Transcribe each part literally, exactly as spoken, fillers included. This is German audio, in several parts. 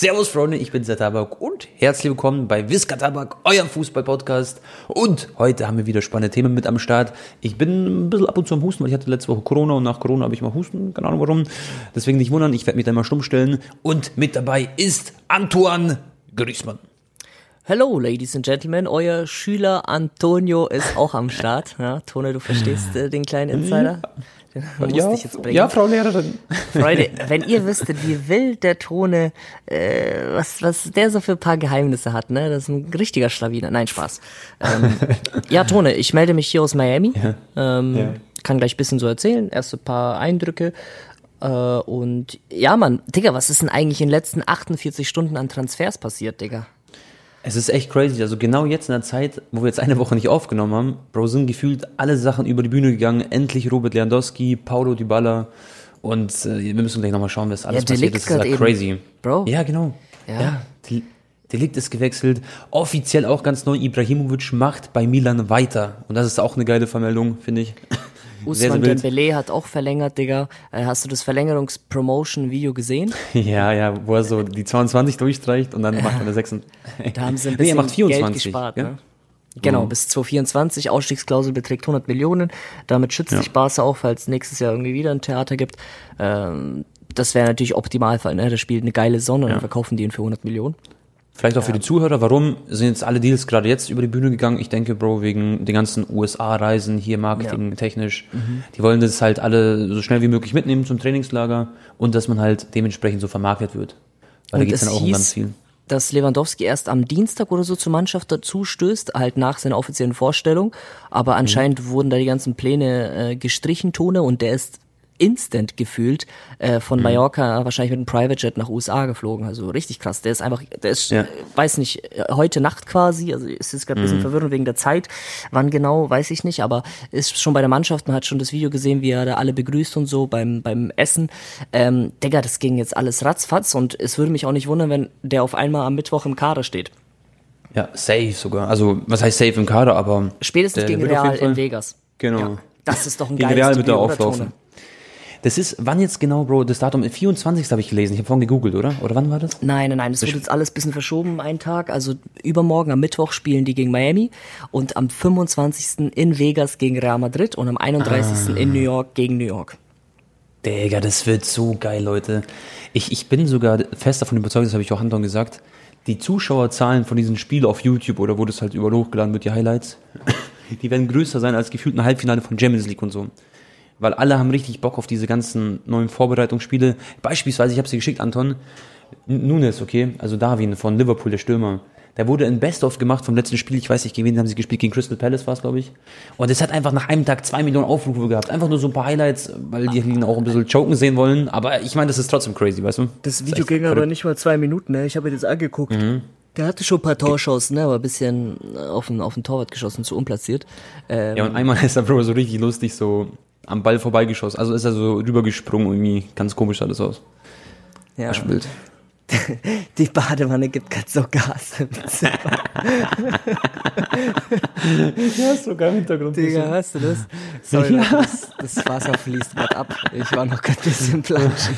Servus Freunde, ich bin Zé Tabak und herzlich willkommen bei Visca Tabak, eurem Fußball-Podcast. Und heute haben wir wieder spannende Themen mit am Start. Ich bin ein bisschen ab und zu am Husten, weil ich hatte letzte Woche Corona und nach Corona habe ich mal Husten, keine Ahnung warum. Deswegen nicht wundern, ich werde mich dann mal stumm stellen. Und mit dabei ist Antoine Griezmann. Hello, Ladies and Gentlemen, euer Schüler Antonio ist auch am Start. Ja, Tone, du verstehst äh, den kleinen Insider? Den ja, ich jetzt bringen. ja, Frau Lehrerin. Freunde, wenn ihr wüsstet, wie wild der Tone, äh, was, was der so für ein paar Geheimnisse hat, ne? Das ist ein richtiger Schlawiner. Nein, Spaß. Ähm, ja, Tone, ich melde mich hier aus Miami. Ja. Ähm, ja. Kann gleich ein bisschen so erzählen. Erste paar Eindrücke. Äh, und ja, Mann, Digga, was ist denn eigentlich in den letzten achtundvierzig Stunden an Transfers passiert, Digga? Es ist echt crazy, also genau jetzt in der Zeit, wo wir jetzt eine Woche nicht aufgenommen haben, Bro, sind gefühlt alle Sachen über die Bühne gegangen, endlich Robert Lewandowski, Paulo Dybala und äh, wir müssen gleich nochmal schauen, was alles ja, passiert ist, das ist ja crazy. Bro. Ja, genau. Ja, ja der Licht ist gewechselt, offiziell auch ganz neu, Ibrahimovic macht bei Milan weiter und das ist auch eine geile Vermeldung, finde ich. Ousmane Dembélé hat auch verlängert, Digga. Hast du das Verlängerungs-Promotion-Video gesehen? Ja, ja, wo er so die zweiundzwanzig durchstreicht und dann macht er eine sechsundzwanzig. Da haben sie ein bisschen nee, er macht vierundzwanzig, Geld gespart, ja? Ne? Genau, mhm. bis zwanzig vierundzwanzig, Ausstiegsklausel beträgt hundert Millionen. Damit schützt ja. sich Barca auch, falls nächstes Jahr irgendwie wieder ein Theater gibt. Ähm, das wäre natürlich Optimalfall, ne? Das spielt eine geile Sonne und ja. dann verkaufen die ihn für hundert Millionen. Vielleicht auch für die Zuhörer, warum sind jetzt alle Deals gerade jetzt über die Bühne gegangen? Ich denke, Bro, wegen den ganzen U S A-Reisen, hier Marketing, ja. technisch. Mhm. Die wollen das halt alle so schnell wie möglich mitnehmen zum Trainingslager und dass man halt dementsprechend so vermarktet wird. Weil und da geht's dann auch hieß, um ganz viel. Dass Lewandowski erst am Dienstag oder so zur Mannschaft dazu stößt, halt nach seiner offiziellen Vorstellung. Aber anscheinend mhm. wurden da die ganzen Pläne äh, gestrichen, Tone, und der ist instant gefühlt äh, von mhm. Mallorca wahrscheinlich mit einem Private Jet nach U S A geflogen, also richtig krass. Der ist einfach, der ist, ja. weiß nicht, heute Nacht quasi, also es ist gerade ein bisschen mhm. verwirrend wegen der Zeit, wann genau, weiß ich nicht, aber ist schon bei der Mannschaft, man hat schon das Video gesehen, wie er da alle begrüßt und so beim beim Essen. Ähm, Digga, das ging jetzt alles ratzfatz und es würde mich auch nicht wundern, wenn der auf einmal am Mittwoch im Kader steht. Ja, safe sogar, also was heißt safe im Kader, aber spätestens der, gegen der Real in Vegas. Genau. Ja, das ist doch ein gegen geiles Real wird er auflaufen. Tone. Das ist, wann jetzt genau, Bro, das Datum, vierundzwanzigsten habe ich gelesen, ich habe vorhin gegoogelt, oder? Oder wann war das? Nein, nein, nein, das wird jetzt alles ein bisschen verschoben, einen Tag, also übermorgen am Mittwoch spielen die gegen Miami und am fünfundzwanzigsten in Vegas gegen Real Madrid und am einunddreißigsten Ah. in New York gegen New York. Digga, das wird so geil, Leute. Ich, ich bin sogar fest davon überzeugt, das habe ich auch Anton gesagt, die Zuschauerzahlen von diesen Spielen auf YouTube oder wo das halt überall hochgeladen wird, die Highlights, die werden größer sein als gefühlt ein Halbfinale von Champions League und so. Weil alle haben richtig Bock auf diese ganzen neuen Vorbereitungsspiele. Beispielsweise, ich habe sie geschickt, Anton, Nunes, okay, also Darwin von Liverpool, der Stürmer. Der wurde in Best-of gemacht vom letzten Spiel, ich weiß nicht, gegen wen haben sie gespielt, gegen Crystal Palace war es, glaube ich. Und es hat einfach nach einem Tag zwei Millionen Aufrufe gehabt. Einfach nur so ein paar Highlights, weil die ihn auch ein bisschen choken sehen wollen. Aber ich meine, das ist trotzdem crazy, weißt du? Das Video ging aber nicht mal zwei Minuten, ne? Ich habe mir das angeguckt. Mhm. Der hatte schon ein paar Torschancen, ne, aber ein bisschen auf den, auf den Torwart geschossen, zu unplatziert. Ähm, ja, und einmal ist der Bro so richtig lustig, so am Ball vorbeigeschossen. Also ist er so rübergesprungen, irgendwie ganz komisch sah das aus. Ja. Das Bild. Die Badewanne gibt gerade so Gas. Ja, ist sogar im Hintergrund. Digga, hörst du das? Sorry, ja. das, das Wasser fließt gerade ab. Ich war noch gerade ein bisschen planschen.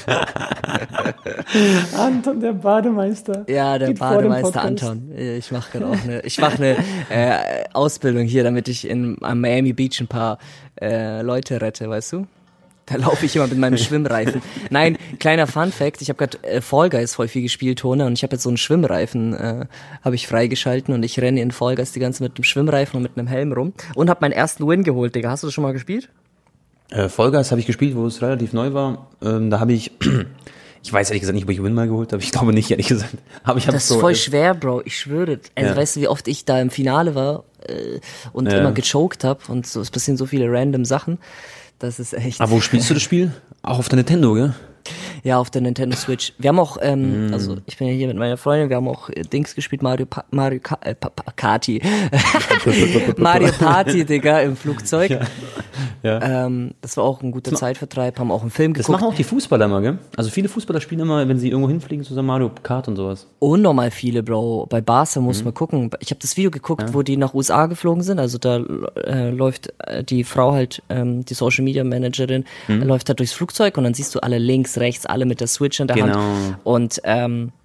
Anton, der Bademeister. Ja, der Bademeister Anton. Ich mache gerade auch eine, ich mache eine äh, Ausbildung hier, damit ich in, am Miami Beach ein paar äh, Leute rette, weißt du? Da laufe ich immer mit meinem Schwimmreifen. Nein, kleiner Funfact, ich habe gerade äh, Fall Guys voll viel gespielt, Tone, und ich habe jetzt so einen Schwimmreifen, äh, habe ich freigeschalten und ich renne in Fall Guys die ganze mit einem Schwimmreifen und mit einem Helm rum und habe meinen ersten Win geholt, Digga. Hast du das schon mal gespielt? Äh, Fall Guys habe ich gespielt, wo es relativ neu war. Ähm, da habe ich, ich weiß ehrlich gesagt nicht, ob ich Win mal geholt habe, ich glaube nicht, ehrlich gesagt. Aber ich das ist so, voll äh, schwer, Bro, ich schwöre. Also ja. Weißt du, wie oft ich da im Finale war äh, und ja. immer gechoked habe und so, es passieren so viele random Sachen. Das ist echt. Aber wo spielst du das Spiel? Auch auf der Nintendo, gell? Ja, auf der Nintendo Switch. Wir haben auch, ähm, mm. also ich bin ja hier mit meiner Freundin, wir haben auch äh, Dings gespielt, Mario pa- Mario Ka- äh, pa- pa- Kati. Mario Party, Digga, im Flugzeug. Ja. Ja. Ähm, das war auch ein guter das Zeitvertreib, haben auch einen Film geguckt. Das machen auch die Fußballer immer, gell? Also viele Fußballer spielen immer, wenn sie irgendwo hinfliegen, zusammen Mario Kart und sowas. Unnormal viele, Bro. Bei Barca muss mhm. man gucken. Ich habe das Video geguckt, ja. wo die nach U S A geflogen sind. Also da äh, läuft äh, die Frau halt, ähm, die Social Media Managerin, mhm. läuft halt durchs Flugzeug und dann siehst du alle links, rechts, alle mit der Switch in der genau. Hand. Und ähm,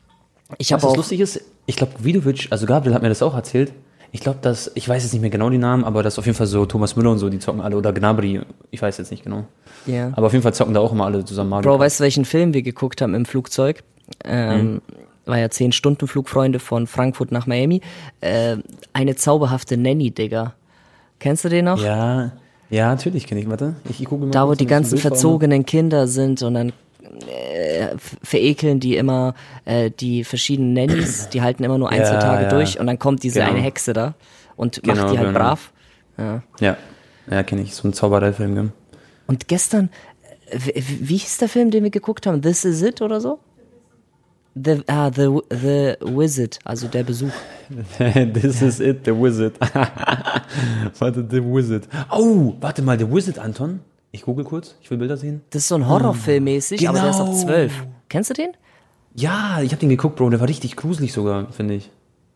Ich Was habe das auch, lustig ist, ich glaube, Vidovic, also Gabriel hat mir das auch erzählt. Ich glaube, dass, ich weiß jetzt nicht mehr genau die Namen, aber das auf jeden Fall so Thomas Müller und so, die zocken alle, oder Gnabry, ich weiß jetzt nicht genau. ja. Aber auf jeden Fall zocken da auch immer alle zusammen Mario Bro, Kart. weißt du, welchen Film wir geguckt haben im Flugzeug? Ähm, Mhm. War ja zehn Stunden Flugfreunde von Frankfurt nach Miami. Äh, eine zauberhafte Nanny, Digga. Kennst du den noch? Ja, ja, natürlich kenne ich, warte. Ich, ich gucke mal Da, wo kurz die ein ganzen Bild vor Augen. verzogenen Kinder sind und dann äh, f- verekeln die immer äh, die verschiedenen Nannies, die halten immer nur ein, Ja, zwei Tage ja. durch und dann kommt diese Genau. eine Hexe da und Genau, macht die halt genau. brav. Ja. Ja, ja, kenne ich. So ein Zaubereifilm, gell? Und gestern, äh, wie, wie hieß der Film, den wir geguckt haben? This Is It oder so? The, ah, the, the Wizard, also der Besuch. This is it, The Wizard. Warte, The Wizard. Oh, warte mal, The Wizard, Anton. Ich google kurz, ich will Bilder sehen. Das ist so ein Horrorfilm mäßig, aber der ist ab Genau. zwölf. Kennst du den? Ja, ich habe den geguckt, Bro. Der war richtig gruselig sogar, finde ich.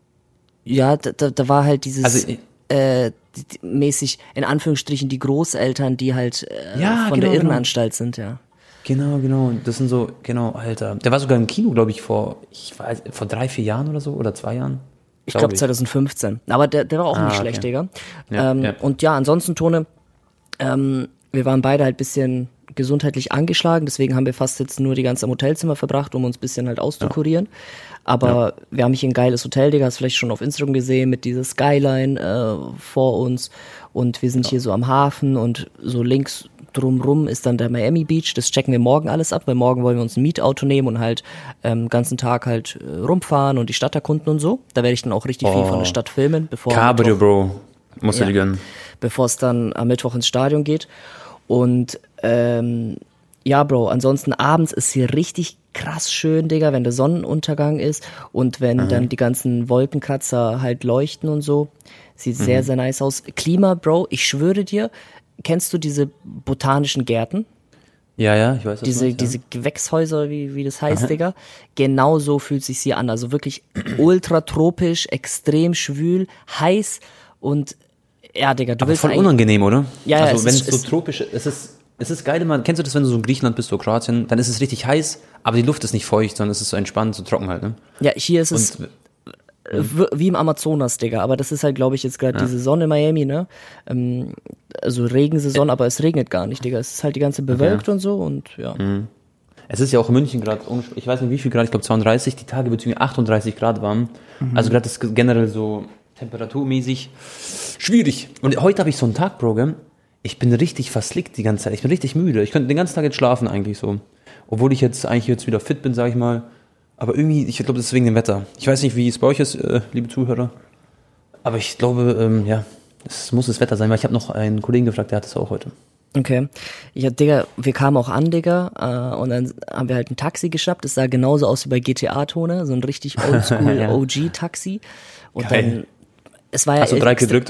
Ja, da, da, da war halt dieses Also, äh, die, die, mäßig, in Anführungsstrichen, die Großeltern, die halt äh, Ja, von genau, der genau. Irrenanstalt sind, ja. Genau, genau. Das sind so, genau, Alter. Der war sogar im Kino, glaube ich, vor, ich weiß, vor drei, vier Jahren oder so, oder zwei Jahren. Ich glaube zwanzig fünfzehn. Aber der, der war auch Ah, nicht okay. schlecht, Digga. Ja, ähm, ja. Und ja, ansonsten, Tone, ähm, wir waren beide halt bisschen gesundheitlich angeschlagen, deswegen haben wir fast jetzt nur die ganze Zeit im Hotelzimmer verbracht, um uns ein bisschen halt auszukurieren. Aber wir haben hier ein geiles Hotel, Digga, hast du vielleicht schon auf Instagram gesehen, mit dieser Skyline äh, vor uns. Und wir sind hier so am Hafen und so links drumrum ist dann der Miami Beach. Das checken wir morgen alles ab, weil morgen wollen wir uns ein Mietauto nehmen und halt ähm, den ganzen Tag halt äh, rumfahren und die Stadt erkunden und so. Da werde ich dann auch richtig viel Oh. von der Stadt filmen, bevor am Cabrio, Mittwoch- Bro. Musst du Ja. dir gönnen. bevor es dann am Mittwoch ins Stadion geht. Und ähm, ja, Bro, ansonsten abends ist hier richtig krass schön, Digga, wenn der Sonnenuntergang ist und wenn dann die ganzen Wolkenkratzer halt leuchten und so. Sieht sehr, sehr nice aus. Klima, Bro, ich schwöre dir, kennst du diese botanischen Gärten? Ja, ja, ich weiß, was Diese, du meinst, diese Gewächshäuser, wie, wie das heißt, Digga. Genau so fühlt sich hier an. Also wirklich ultratropisch, extrem schwül, heiß und ja, Digga, du Aber willst voll eigentlich- unangenehm, oder? Ja, ja, also es wenn ist- es so es- tropisch ist, es ist, es ist geil immer, kennst du das, wenn du so in Griechenland bist, so Kroatien, dann ist es richtig heiß, aber die Luft ist nicht feucht, sondern es ist so entspannt, so trocken halt, ne? Ja, hier ist es Und w- wie im Amazonas, Digga. Aber das ist halt, glaube ich, jetzt gerade die Saison in Miami, ne? Ähm, also Regensaison, aber es regnet gar nicht, Digga. Es ist halt die ganze bewölkt und so und ja. es ist ja auch in München gerade, ich weiß nicht wie viel Grad, ich glaube zweiunddreißig, die Tage wird es irgendwie achtunddreißig Grad warm. Also gerade ist generell so temperaturmäßig schwierig. Und heute habe ich so einen Tag, Bro, gell? Ich bin richtig verslickt die ganze Zeit. Ich bin richtig müde. Ich könnte den ganzen Tag jetzt schlafen eigentlich so. Obwohl ich jetzt eigentlich jetzt wieder fit bin, sag ich mal. Aber irgendwie, ich glaube, das ist wegen dem Wetter. Ich weiß nicht, wie es bei euch ist, äh, liebe Zuhörer. Aber ich glaube, ähm, ja, es muss das Wetter sein, weil ich habe noch einen Kollegen gefragt, der hat es auch heute. Okay. Ja, Digga, wir kamen auch an, Digga, äh, und dann haben wir halt ein Taxi geschnappt. Das sah genauso aus wie bei G T A-Tone, so ein richtig oldschool Ja. O G-Taxi. Und Geil. dann, es war ja Hast du drei extra- gedrückt?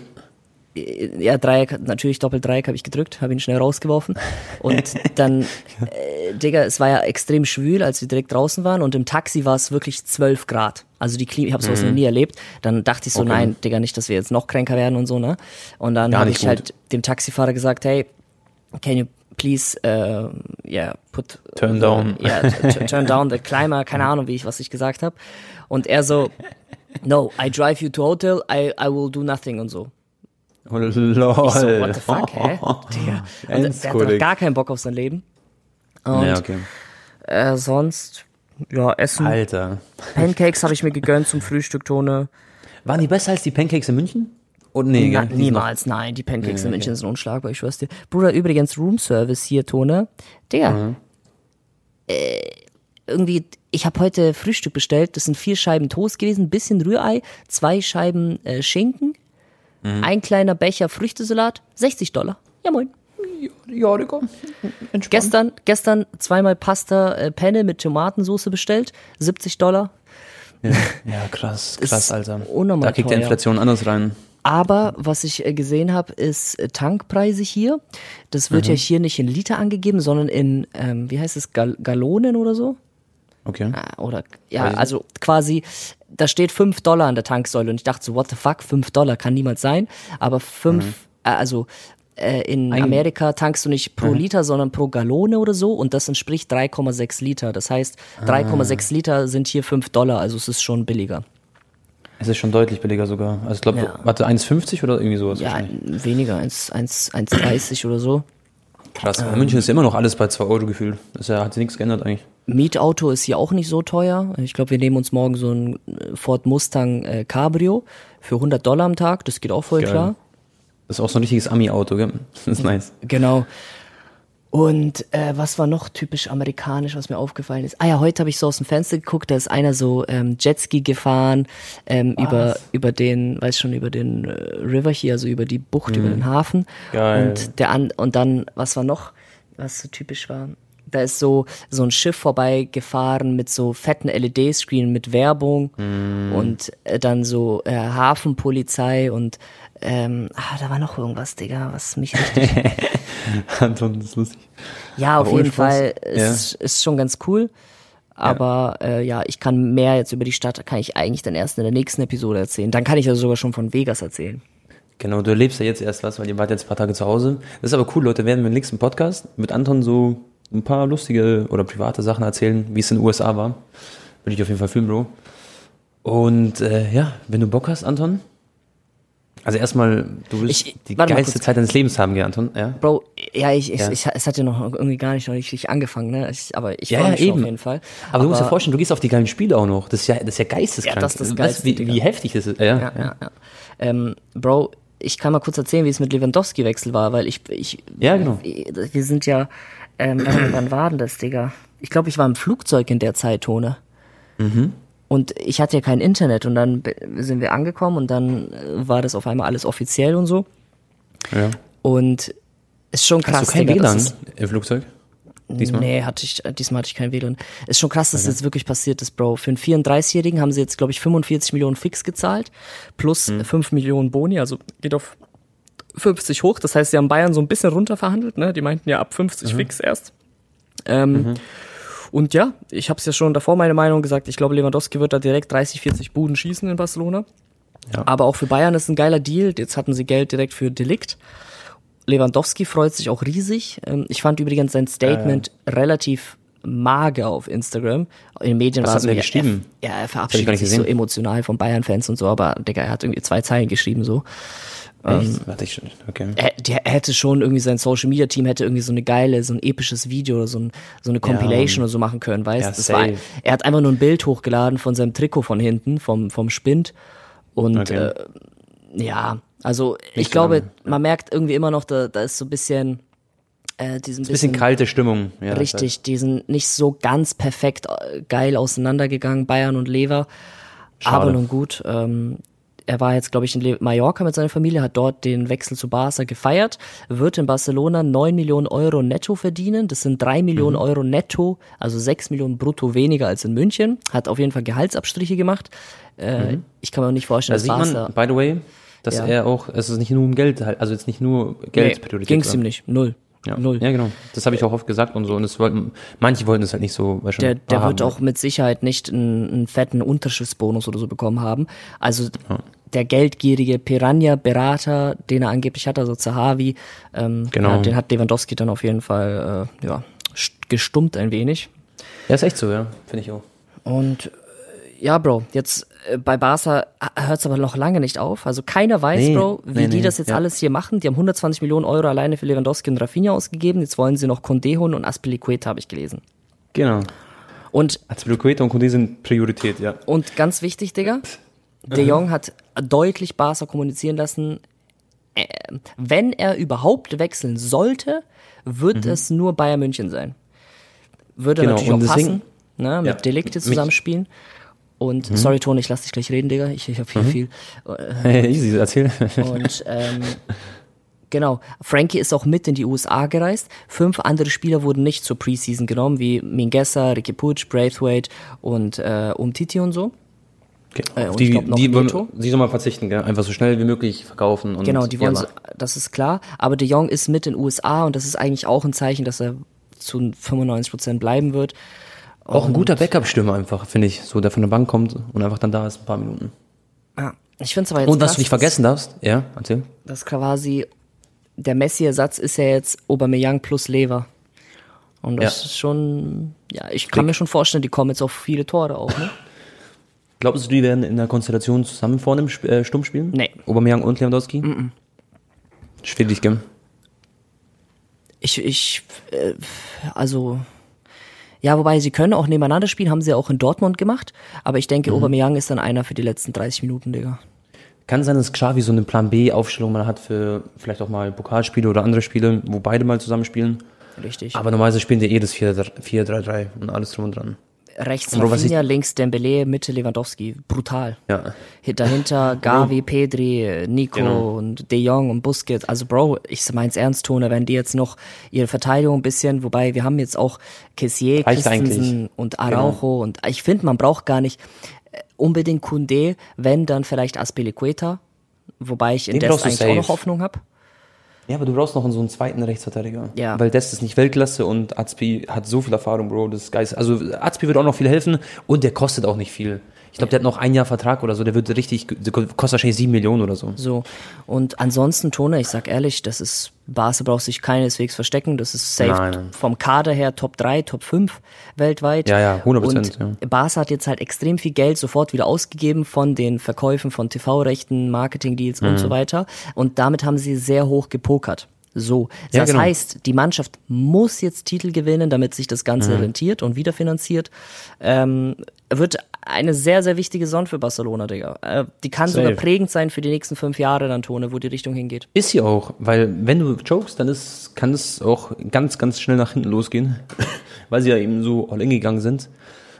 Ja, Dreieck, natürlich Doppel-Dreieck habe ich gedrückt, habe ihn schnell rausgeworfen. Und dann, äh, Digga, es war ja extrem schwül, als wir direkt draußen waren. Und im Taxi war es wirklich zwölf Grad. Also die Klima, ich habe sowas noch nie erlebt. Dann dachte ich so, Okay. nein, Digga, nicht, dass wir jetzt noch kränker werden und so, ne? Und dann Gar habe nicht ich halt dem Taxifahrer gesagt, hey, can you please, uh, yeah, put... Turn down. Ja, t- t- turn down the climber, keine Ahnung, wie ich, was ich gesagt habe. Und er so, no, I drive you to hotel, I, I will do nothing und so. Oh, lol. Ich so, what the fuck, hä? Digga. Und der, der hat doch Endskolik. gar keinen Bock auf sein Leben. Und Ja, okay. äh, sonst, ja, Essen. Alter. Pancakes habe ich mir gegönnt zum Frühstück, Tone. Waren die besser als die Pancakes in München? Und nee, Na, gell? Die sind noch- niemals, nein, die Pancakes Nee, in München okay. sind unschlagbar, ich schwör's dir. Bruder, übrigens, Roomservice hier, Tone. Digga, Mhm. äh, irgendwie, ich habe heute Frühstück bestellt, das sind vier Scheiben Toast gewesen, bisschen Rührei, zwei Scheiben äh, Schinken, Mhm. ein kleiner Becher Früchtesalat, sechzig Dollar. Ja, moin. Ja, Digga. Entspannt. Gestern, gestern zweimal Pasta äh, Penne mit Tomatensauce bestellt, siebzig Dollar. Ja, ja, krass, krass, Ist Alter. unnormal Da kriegt die teuer. Inflation anders rein. Aber was ich äh, gesehen habe, ist äh, Tankpreise hier. Das wird Mhm. ja hier nicht in Liter angegeben, sondern in, ähm, wie heißt es, Gal Gallonen oder so? Okay. Ah, Oder, ja, Weiß ich also quasi, da steht fünf Dollar an der Tanksäule und ich dachte so, what the fuck, fünf Dollar kann niemals sein. Aber fünf, Mhm. äh, also äh, in Ein- Amerika tankst du nicht pro Liter, sondern pro Gallone oder so und das entspricht drei Komma sechs Liter. Das heißt, drei Komma sechs Liter sind hier fünf Dollar, also es ist schon billiger. Es ist schon deutlich billiger sogar. Also ich glaube, Ja. warte, eins fünfzig oder irgendwie sowas Ja, wahrscheinlich. weniger, eins Komma dreißig oder so. Krass. In München ist ja immer noch alles bei zwei Euro gefühlt. Das ja, hat sich nichts geändert eigentlich. Mietauto ist hier auch nicht so teuer. Ich glaube, wir nehmen uns morgen so ein äh, Ford Mustang äh, Cabrio für hundert Dollar am Tag. Das geht auch voll Geil. klar. Das ist auch so ein richtiges Ami-Auto, gell? Das ist nice. Genau. Und äh, was war noch typisch amerikanisch, was mir aufgefallen ist? Ah ja, heute habe ich so aus dem Fenster geguckt, da ist einer so ähm, Jetski gefahren ähm, über über den, weiß schon, über den äh, River hier, also über die Bucht, über den Hafen. Geil. Und der an und dann, was war noch, was so typisch war? Da ist so so ein Schiff vorbeigefahren mit so fetten L E D-Screen mit Werbung und äh, dann so äh, Hafenpolizei und ähm, ah, da war noch irgendwas, Digga, was mich richtig Anton, das ist lustig. Ja, auf Aber ohne jeden Spaß. Fall ist, ist schon ganz cool. Aber ja. Äh, ja, ich kann mehr jetzt über die Stadt, kann ich eigentlich dann erst in der nächsten Episode erzählen. Dann kann ich also sogar schon von Vegas erzählen. Genau, du erlebst ja jetzt erst was, weil ihr wart jetzt ein paar Tage zu Hause. Das ist aber cool, Leute, werden wir im nächsten Podcast mit Anton so ein paar lustige oder private Sachen erzählen, wie es in den U S A war. Würde ich auf jeden Fall fühlen, Bro. Und äh, ja, wenn du Bock hast, Anton. Also erstmal, du willst Ich- die warte mal geilste kurz. Zeit deines Lebens haben, gell, Anton? Ja. Bro, ja, ich, ich, Ja. ich es hat ja noch irgendwie gar nicht noch nicht richtig angefangen, ne? Ich, aber ich Ja, freue ja, mich schon eben. auf jeden Fall. Aber, du musst dir vorstellen, du gehst auf die geilen Spiele auch noch. Das ist ja, das ist ja geisteskrank. Ja, das ist das Weißt du, Geilste, wie, Digga. wie heftig das ist. Ja, Ja, ja, ja. Ähm, Bro, ich kann mal kurz erzählen, wie es mit Lewandowski-Wechsel war, weil ich, ich, Ja, genau. wir sind ja, ähm, wann, wann war denn das, Digga? Ich glaube, ich war im Flugzeug in der Zeit, Tone. Mhm. Und ich hatte ja kein Internet und dann be- sind wir angekommen und dann äh, war das auf einmal alles offiziell und so. Ja. Und ist schon krass, Hast du kein Digga, W L A N das ist- im Flugzeug? Diesmal? Nee, hatte ich, äh, diesmal hatte ich kein W L A N. Ist schon krass, dass das jetzt wirklich passiert ist, Bro. Für einen vierunddreißigjährigen haben sie jetzt, glaube ich, fünfundvierzig Millionen fix gezahlt, plus Mhm. fünf Millionen Boni, also geht auf fünfzig hoch. Das heißt, sie haben Bayern so ein bisschen runter verhandelt, ne? Die meinten ja ab fünfzig Mhm. fix erst. Ähm, Und ja, ich habe es ja schon davor meine Meinung gesagt, ich glaube, Lewandowski wird da direkt dreißig, vierzig Buden schießen in Barcelona. Ja. Aber auch für Bayern ist ein geiler Deal. Jetzt hatten sie Geld direkt für Delikt. Lewandowski freut sich auch riesig. Ähm, Ich fand übrigens sein Statement relativ mager auf Instagram. In den Medien Was war hat so, er ja, geschrieben? Er, ja, er Hab ich gar verabschiedet nicht sich so gesehen. emotional von Bayern-Fans und so, aber Digga, er hat irgendwie zwei Zeilen geschrieben so. Echt? Warte ich schon. Okay. Er, der er hätte schon irgendwie sein Social Media Team hätte irgendwie so eine geile, so ein episches Video oder so, ein, so eine Compilation oder so machen können, weißt Ja, du? Das war, safe. er hat einfach nur ein Bild hochgeladen von seinem Trikot von hinten, vom, vom Spind. Und Okay. äh, ja, also ich Nicht glaube, lange, man merkt irgendwie immer noch, da, da ist so ein bisschen äh, diesen Ein bisschen kalte Stimmung. Ja, richtig, die sind nicht so ganz perfekt äh, geil auseinandergegangen, Bayern und Lever. Schade. Aber nun gut, ähm, er war jetzt, glaube ich, in Le- Mallorca mit seiner Familie, hat dort den Wechsel zu Barca gefeiert, wird in Barcelona neun Millionen Euro netto verdienen. Das sind drei Millionen Euro netto, also sechs Millionen brutto weniger als in München. Hat auf jeden Fall Gehaltsabstriche gemacht. Äh, Ich kann mir auch nicht vorstellen, Da sieht dass man, Barca... by the way, dass Ja. er auch, es ist nicht nur um Geld, halt, also jetzt nicht nur Geld Priorität. Ging es war. ihm nicht, null. Ja. Null. Ja, genau. Das habe ich auch oft gesagt und so. Und es wollten, manche wollten es halt nicht so. Weißt du, Der, der wahrhaben. wird auch mit Sicherheit nicht einen, einen fetten Unterschriftsbonus oder so bekommen haben. Also der geldgierige Piranha-Berater, den er angeblich hat, also Zahavi, ähm, Genau. ja, den hat Lewandowski dann auf jeden Fall äh, ja, st- gestummt ein wenig. Ja, ist echt so, ja. Finde ich auch. Und äh, ja, Bro, jetzt äh, bei Barca hört es aber noch lange nicht auf. Also keiner weiß, Nee, Bro, wie nee, die nee, das jetzt ja. alles hier machen. Die haben hundertzwanzig Millionen Euro alleine für Lewandowski und Rafinha ausgegeben. Jetzt wollen sie noch Condé holen und Aspilicueta, habe ich gelesen. Genau. Und Azpilicueta und Condé sind Priorität, ja. Und ganz wichtig, Digga, De Jong hat deutlich Barca kommunizieren lassen, äh, wenn er überhaupt wechseln sollte, wird es nur Bayern München sein. Würde Genau, natürlich auch und deswegen- passen, ne, mit Ja, Delikte mich- zusammenspielen. Und sorry, Toni, ich lass dich gleich reden, Digga. Ich, ich hab hier viel. Hey, easy, erzähl. Und ähm, genau, Frankie ist auch mit in die U S A gereist. Fünf andere Spieler wurden nicht zur Preseason genommen, wie Mingueza, Riqui Puig, Braithwaite und äh, Umtiti und so. Äh, Auf und die, ich glaub noch die wollen, Neto. die soll man verzichten, gell? Einfach so schnell wie möglich verkaufen. Und Genau, die wollen, ja, so, das ist klar. Aber De Jong ist mit in den U S A und das ist eigentlich auch ein Zeichen, dass er zu fünfundneunzig Prozent bleiben wird. auch ein guter Backup-Stürmer einfach, finde ich. So, der von der Bank kommt und einfach dann da ist, ein paar Minuten. Ja, ich finde es aber jetzt Und was krass, du nicht vergessen darfst, ja, erzähl. dass, dass quasi der Messi-Ersatz ist ja jetzt Aubameyang plus Lever. Und das ja. ist schon, ja, ich kann Dick. mir schon vorstellen, die kommen jetzt auf viele Tore auch, ne? Glaubst du, die werden in der Konstellation zusammen vorne im Sp- äh, Sturm spielen? Nee. Aubameyang und Lewandowski? Mm-mm. Schwierig, gell? Ich, ich, äh, also, ja, wobei sie können auch nebeneinander spielen, haben sie auch in Dortmund gemacht, aber ich denke, mhm. Aubameyang ist dann einer für die letzten dreißig Minuten, Digga. Kann sein, dass Xavi so eine Plan-B-Aufstellung mal hat für vielleicht auch mal Pokalspiele oder andere Spiele, wo beide mal zusammenspielen. Richtig. Aber normalerweise spielen die eh das vier drei drei und alles drum und dran. Rechts Rafinha, links Dembele, Mitte Lewandowski. Brutal. Ja. Dahinter Gavi, Pedri, Nico genau. und De Jong und Busquets. Also Bro, ich mein's ernst, Tone, wenn die jetzt noch ihre Verteidigung ein bisschen, wobei wir haben jetzt auch Kessié, Christensen und Araujo genau. und ich finde, man braucht gar nicht unbedingt Koundé, wenn dann vielleicht Azpilicueta, wobei ich in Dest eigentlich safe. auch noch Hoffnung habe. Ja, aber du brauchst noch so einen zweiten Rechtsverteidiger. Ja. Weil Dest ist nicht Weltklasse und Azpi hat so viel Erfahrung, Bro, das ist geil. Also Azpi wird auch noch viel helfen und der kostet auch nicht viel. Ich glaube, der hat noch ein Jahr Vertrag oder so, der wird richtig, der kostet wahrscheinlich sieben Millionen oder so. So, und ansonsten, Tone, ich sag ehrlich, das ist, Barca braucht sich keineswegs verstecken, das ist safe nein, nein. vom Kader her Top drei, Top fünf weltweit. Ja, ja, hundert Prozent. Und ja. Barca hat jetzt halt extrem viel Geld sofort wieder ausgegeben von den Verkäufen von T V-Rechten, Marketing-Deals mhm. und so weiter und damit haben sie sehr hoch gepokert. So, das ja, genau. heißt, die Mannschaft muss jetzt Titel gewinnen, damit sich das Ganze mhm. rentiert und wiederfinanziert. Ähm, wird eine sehr, sehr wichtige Saison für Barcelona, Digga. Äh, die kann Safe. sogar prägend sein für die nächsten fünf Jahre dann, Tone, wo die Richtung hingeht. Ist sie auch, weil wenn du chokest, dann ist, kann es auch ganz, ganz schnell nach hinten losgehen, weil sie ja eben so all in gegangen sind.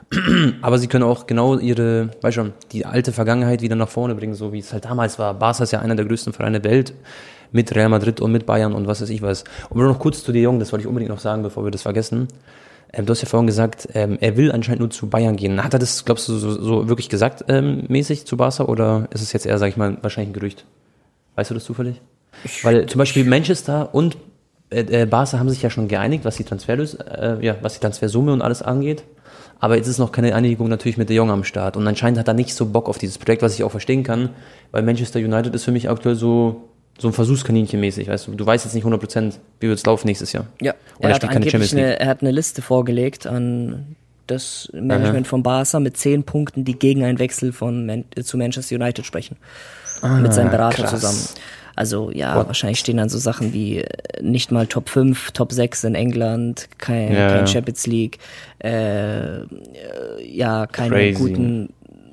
Aber sie können auch genau ihre, weißt schon, die alte Vergangenheit wieder nach vorne bringen, so wie es halt damals war. Barca ist ja einer der größten Vereine der Welt. Mit Real Madrid und mit Bayern und was weiß ich was. Und noch kurz zu De Jong, das wollte ich unbedingt noch sagen, bevor wir das vergessen. Ähm, du hast ja vorhin gesagt, ähm, er will anscheinend nur zu Bayern gehen. Hat er das, glaubst du, so, so wirklich gesagt, ähm, mäßig zu Barca? Oder ist es jetzt eher, sag ich mal, wahrscheinlich ein Gerücht? Weißt du das zufällig? Ich Weil zum Beispiel Manchester und äh, äh, Barca haben sich ja schon geeinigt, was die Transferlös, äh, ja, was die Transfersumme und alles angeht. Aber jetzt ist noch keine Einigung natürlich mit De Jong am Start. Und anscheinend hat er nicht so Bock auf dieses Projekt, was ich auch verstehen kann. Weil Manchester United ist für mich aktuell so... so ein Versuchskaninchen mäßig, weißt du, du weißt jetzt nicht hundert Prozent, wie wird es laufen nächstes Jahr. Ja, und er, er, hat keine Champions League. Eine, er hat eine Liste vorgelegt an das Management Aha. von Barca mit zehn Punkten, die gegen einen Wechsel von Man- zu Manchester United sprechen. Ah, mit seinem Berater krass. zusammen. Also ja, What? wahrscheinlich stehen dann so Sachen wie nicht mal Top fünf, Top sechs in England, kein, ja, kein ja. Champions League, äh, ja, keine Crazy. guten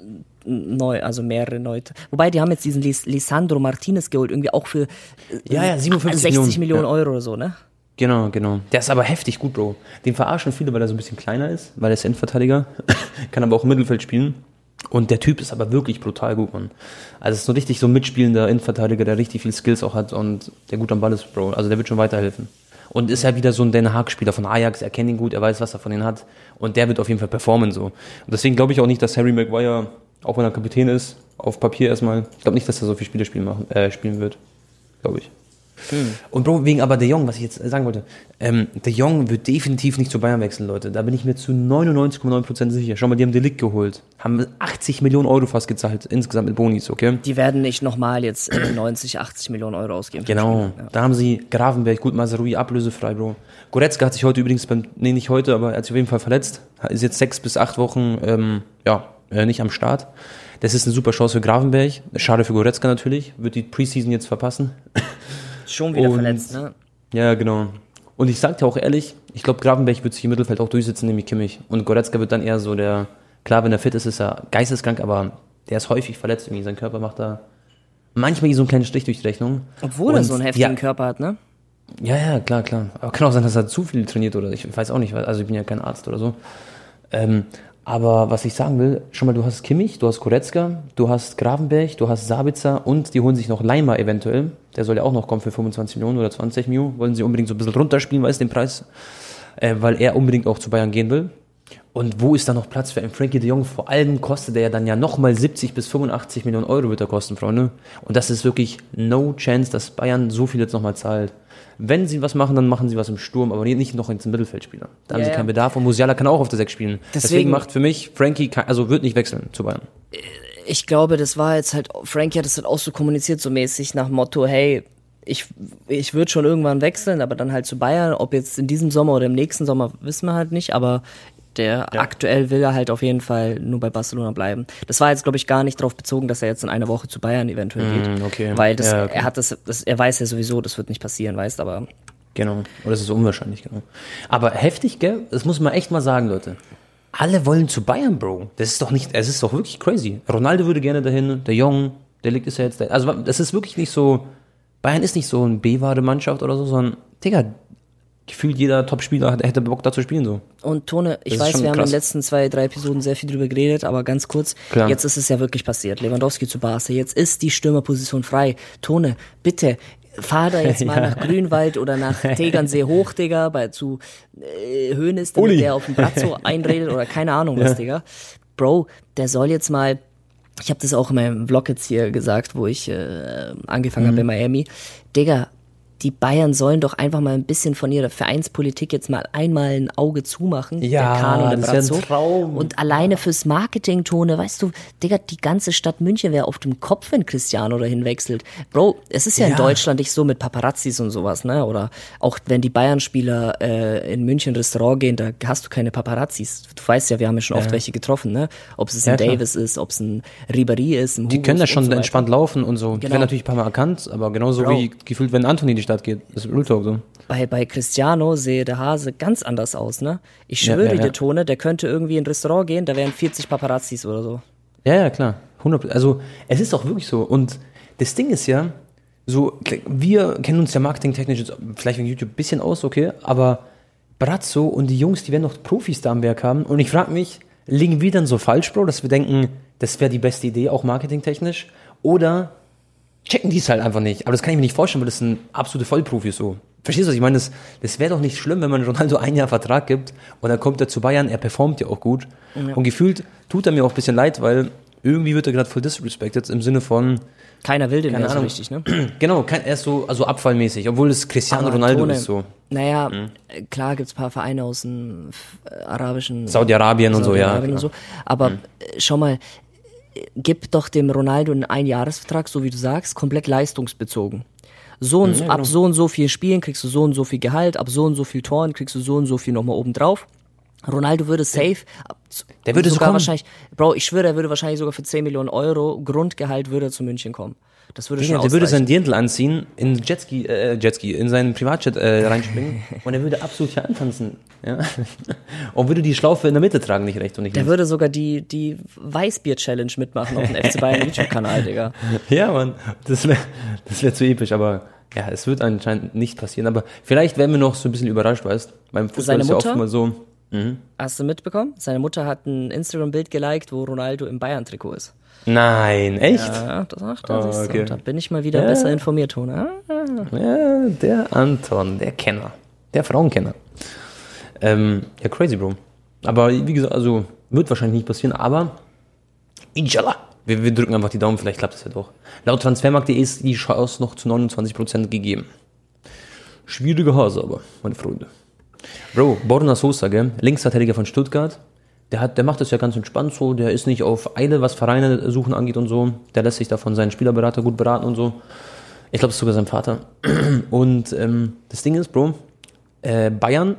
neu, also mehrere Leute. Wobei, die haben jetzt diesen Lis- Lisandro Martinez geholt, irgendwie auch für ja, ja, siebenundfünfzig sechzig Millionen ja. Euro oder so, ne? Genau, genau. Der ist aber heftig gut, Bro. Den verarschen viele, weil er so ein bisschen kleiner ist, weil er ist Endverteidiger, kann aber auch im Mittelfeld spielen. Und der Typ ist aber wirklich brutal gut, Mann. Also es ist so richtig so ein mitspielender Innenverteidiger, der richtig viel Skills auch hat und der gut am Ball ist, Bro. Also der wird schon weiterhelfen. Und ist ja wieder so ein Den Haag-Spieler von Ajax, er kennt ihn gut, er weiß, was er von ihm hat. Und der wird auf jeden Fall performen so. Und deswegen glaube ich auch nicht, dass Harry Maguire, auch wenn er Kapitän ist, auf Papier erstmal, ich glaube nicht, dass er so viele Spiele spielen, machen, äh, spielen wird. Glaube ich. Hm. Und Bro, wegen aber De Jong, was ich jetzt sagen wollte, ähm, De Jong wird definitiv nicht zu Bayern wechseln, Leute. Da bin ich mir zu neunundneunzig Komma neun Prozent sicher. Schau mal, die haben Delikt geholt. Haben achtzig Millionen Euro fast gezahlt, insgesamt mit Bonis, okay? Die werden nicht nochmal jetzt äh, neunzig, achtzig Millionen Euro ausgeben. Genau. Ja. Da haben sie Gravenberg, gut, Mazraoui, ablösefrei, Bro. Goretzka hat sich heute übrigens beim, nee, nicht heute, aber er hat sich auf jeden Fall verletzt. Ist jetzt sechs bis acht Wochen, ähm, ja, äh, nicht am Start. Das ist eine super Chance für Gravenberg. Schade für Goretzka natürlich. Wird die Preseason jetzt verpassen. Schon wieder und, verletzt, ne? Ja, genau. Und ich sag dir auch ehrlich, ich glaube, Gravenberg wird sich im Mittelfeld auch durchsetzen, nämlich Kimmich. Und Goretzka wird dann eher so der, klar, wenn er fit ist, ist er geisteskrank, aber der ist häufig verletzt irgendwie. Sein Körper macht da manchmal so einen kleinen Strich durch die Rechnung. Obwohl und, er so einen heftigen ja, Körper hat, ne? Ja, ja, klar, klar. Aber kann auch sein, dass er zu viel trainiert oder ich weiß auch nicht, also ich bin ja kein Arzt oder so. Ähm, Aber was ich sagen will, schon mal, du hast Kimmich, du hast Goretzka, du hast Gravenberg, du hast Sabitzer und die holen sich noch Leimer eventuell. Der soll ja auch noch kommen für fünfundzwanzig Millionen oder zwanzig Millionen. Wollen sie unbedingt so ein bisschen runterspielen, weiß den Preis, äh, weil er unbedingt auch zu Bayern gehen will. Und wo ist da noch Platz für einen Frankie de Jong? Vor allem kostet der ja dann ja nochmal siebzig bis fünfundachtzig Millionen Euro wird er kosten, Freunde. Und das ist wirklich no chance, dass Bayern so viel jetzt nochmal zahlt. Wenn sie was machen, dann machen sie was im Sturm, aber nicht noch ins Mittelfeldspieler. Da haben ja, sie keinen Bedarf und Musiala kann auch auf der sechs spielen. Deswegen, Deswegen macht für mich Frankie, also wird nicht wechseln zu Bayern. Ich glaube, das war jetzt halt, Frankie hat das halt auch so kommuniziert, so mäßig nach dem Motto, hey, ich, ich würde schon irgendwann wechseln, aber dann halt zu Bayern. Ob jetzt in diesem Sommer oder im nächsten Sommer, wissen wir halt nicht, aber der ja. aktuell will er halt auf jeden Fall nur bei Barcelona bleiben. Das war jetzt, glaube ich, gar nicht darauf bezogen, dass er jetzt in einer Woche zu Bayern eventuell geht. Mm, okay. Weil das, ja, okay. er hat das, das, er weiß ja sowieso, das wird nicht passieren, weißt, aber. Genau. Oder das ist unwahrscheinlich, genau. Aber heftig, gell? Das muss man echt mal sagen, Leute. Alle wollen zu Bayern, Bro. Das ist doch nicht, es ist doch wirklich crazy. Ronaldo würde gerne dahin, der Jong, der liegt ist ja jetzt da. Also, das ist wirklich nicht so, Bayern ist nicht so eine B-Ware-Mannschaft oder so, sondern, Digga, gefühlt jeder Top-Spieler hätte Bock da zu spielen, so. Und Tone, ich weiß, wir haben in den letzten zwei, drei Episoden sehr viel drüber geredet, aber ganz kurz, Klar. jetzt ist es ja wirklich passiert. Lewandowski zu Barca, jetzt ist die Stürmerposition frei. Tone, bitte, fahr da jetzt mal ja. nach Grünwald oder nach Tegernsee hoch, Digga, bei zu äh, Hoeneß, damit der auf dem Brazzo einredet oder keine Ahnung was, ja. Digga. Bro, der soll jetzt mal, ich habe das auch in meinem Vlog jetzt hier gesagt, wo ich äh, angefangen mhm. habe in Miami, Digga, die Bayern sollen doch einfach mal ein bisschen von ihrer Vereinspolitik jetzt mal einmal ein Auge zumachen. Ja, der Kahn und der das Brazzo. ist ein Traum. Und alleine fürs Marketing, Tone, weißt du, Digga, die ganze Stadt München wäre auf dem Kopf, wenn Cristiano dahin wechselt. Bro, es ist ja, ja in Deutschland nicht so mit Paparazzis und sowas, ne? Oder auch wenn die Bayern-Spieler äh, in München ins Restaurant gehen, da hast du keine Paparazzis. Du weißt ja, wir haben ja schon ja. oft welche getroffen, ne? Ob es ein ja, Davis klar. ist, ob es ein Ribéry ist, ein Die Hugo können da schon so entspannt laufen und so. Genau. Die werden natürlich ein paar Mal erkannt, aber genauso Bro. wie gefühlt, wenn Anthony in die Stadt geht. Das ist Real Talk so. Bei, bei Cristiano sehe der Hase ganz anders aus, ne? Ich schwöre ja, ja, ja. dir, Tone, der könnte irgendwie in ein Restaurant gehen, da wären vierzig Paparazzis oder so. Ja, ja, klar. hundert Prozent. Also, es ist auch wirklich so. Und das Ding ist ja, so, wir kennen uns ja marketingtechnisch jetzt vielleicht wegen YouTube ein bisschen aus, okay, aber Brazzo und die Jungs, die werden noch Profis da am Werk haben. Und ich frage mich, liegen wir dann so falsch, Bro, dass wir denken, das wäre die beste Idee, auch marketingtechnisch? Oder checken die es halt einfach nicht. Aber das kann ich mir nicht vorstellen, weil das sind absolute Vollprofis so. Verstehst du, was ich meine? Das, das wäre doch nicht schlimm, wenn man Ronaldo ein Jahr Vertrag gibt und dann kommt er zu Bayern, er performt ja auch gut. Ja. Und gefühlt tut er mir auch ein bisschen leid, weil irgendwie wird er gerade voll disrespected im Sinne von keiner will den mehr so richtig, ne? Genau, kein, er ist so also abfallmäßig, obwohl es Cristiano Aber Ronaldo Tone, ist so. Naja, mhm. klar gibt's ein paar Vereine aus dem arabischen Saudi-Arabien und so, ja. Und so. Aber mhm. schau mal, gib doch dem Ronaldo einen Einjahresvertrag, so wie du sagst, komplett leistungsbezogen. So und, ja, genau. Ab so und so viel Spielen kriegst du so und so viel Gehalt, ab so und so viel Toren kriegst du so und so viel nochmal oben drauf. Ronaldo würde safe, der würde sogar so wahrscheinlich, Bro, ich schwöre, er würde wahrscheinlich sogar für zehn Millionen Euro Grundgehalt würde er zu München kommen. Das würde ja, schon der würde seinen Dirndl anziehen, in Jetski, äh, Jetski, in seinen Privatjet äh, reinspringen und er würde absolut hier antanzen. Ja? Und würde die Schlaufe in der Mitte tragen, nicht rechts und nicht links. Der würde sogar die, die Weißbier-Challenge mitmachen auf dem F C Bayern YouTube-Kanal, Digga. Ja, Mann, das wäre das wär zu episch, aber ja, es wird anscheinend nicht passieren. Aber vielleicht werden wir noch so ein bisschen überrascht, weißt du? Beim Fußball Seine ist ja Mutter? oft mal so. Mhm. Hast du mitbekommen? Seine Mutter hat ein Instagram-Bild geliked, wo Ronaldo im Bayern-Trikot ist. Nein, echt? Ja, das sagt er. Oh, okay. Da bin ich mal wieder ja. besser informiert, Tone. Ja, der Anton, der Kenner. Der Frauenkenner. Ähm, ja, crazy, Bro. Aber wie gesagt, also wird wahrscheinlich nicht passieren, aber Inshallah. Wir, wir drücken einfach die Daumen, vielleicht klappt es ja doch. Laut Transfermarkt punkt de ist die Chance noch zu neunundzwanzig Prozent gegeben. Schwierige Hase aber, meine Freunde. Bro, Borna Sosa, gell? Linksverteidiger von Stuttgart. Der, hat, der macht das ja ganz entspannt so. Der ist nicht auf Eile, was Vereine suchen angeht und so. Der lässt sich da von seinen Spielerberater gut beraten und so. Ich glaube, das ist sogar sein Vater. Und ähm, das Ding ist, Bro, äh, Bayern,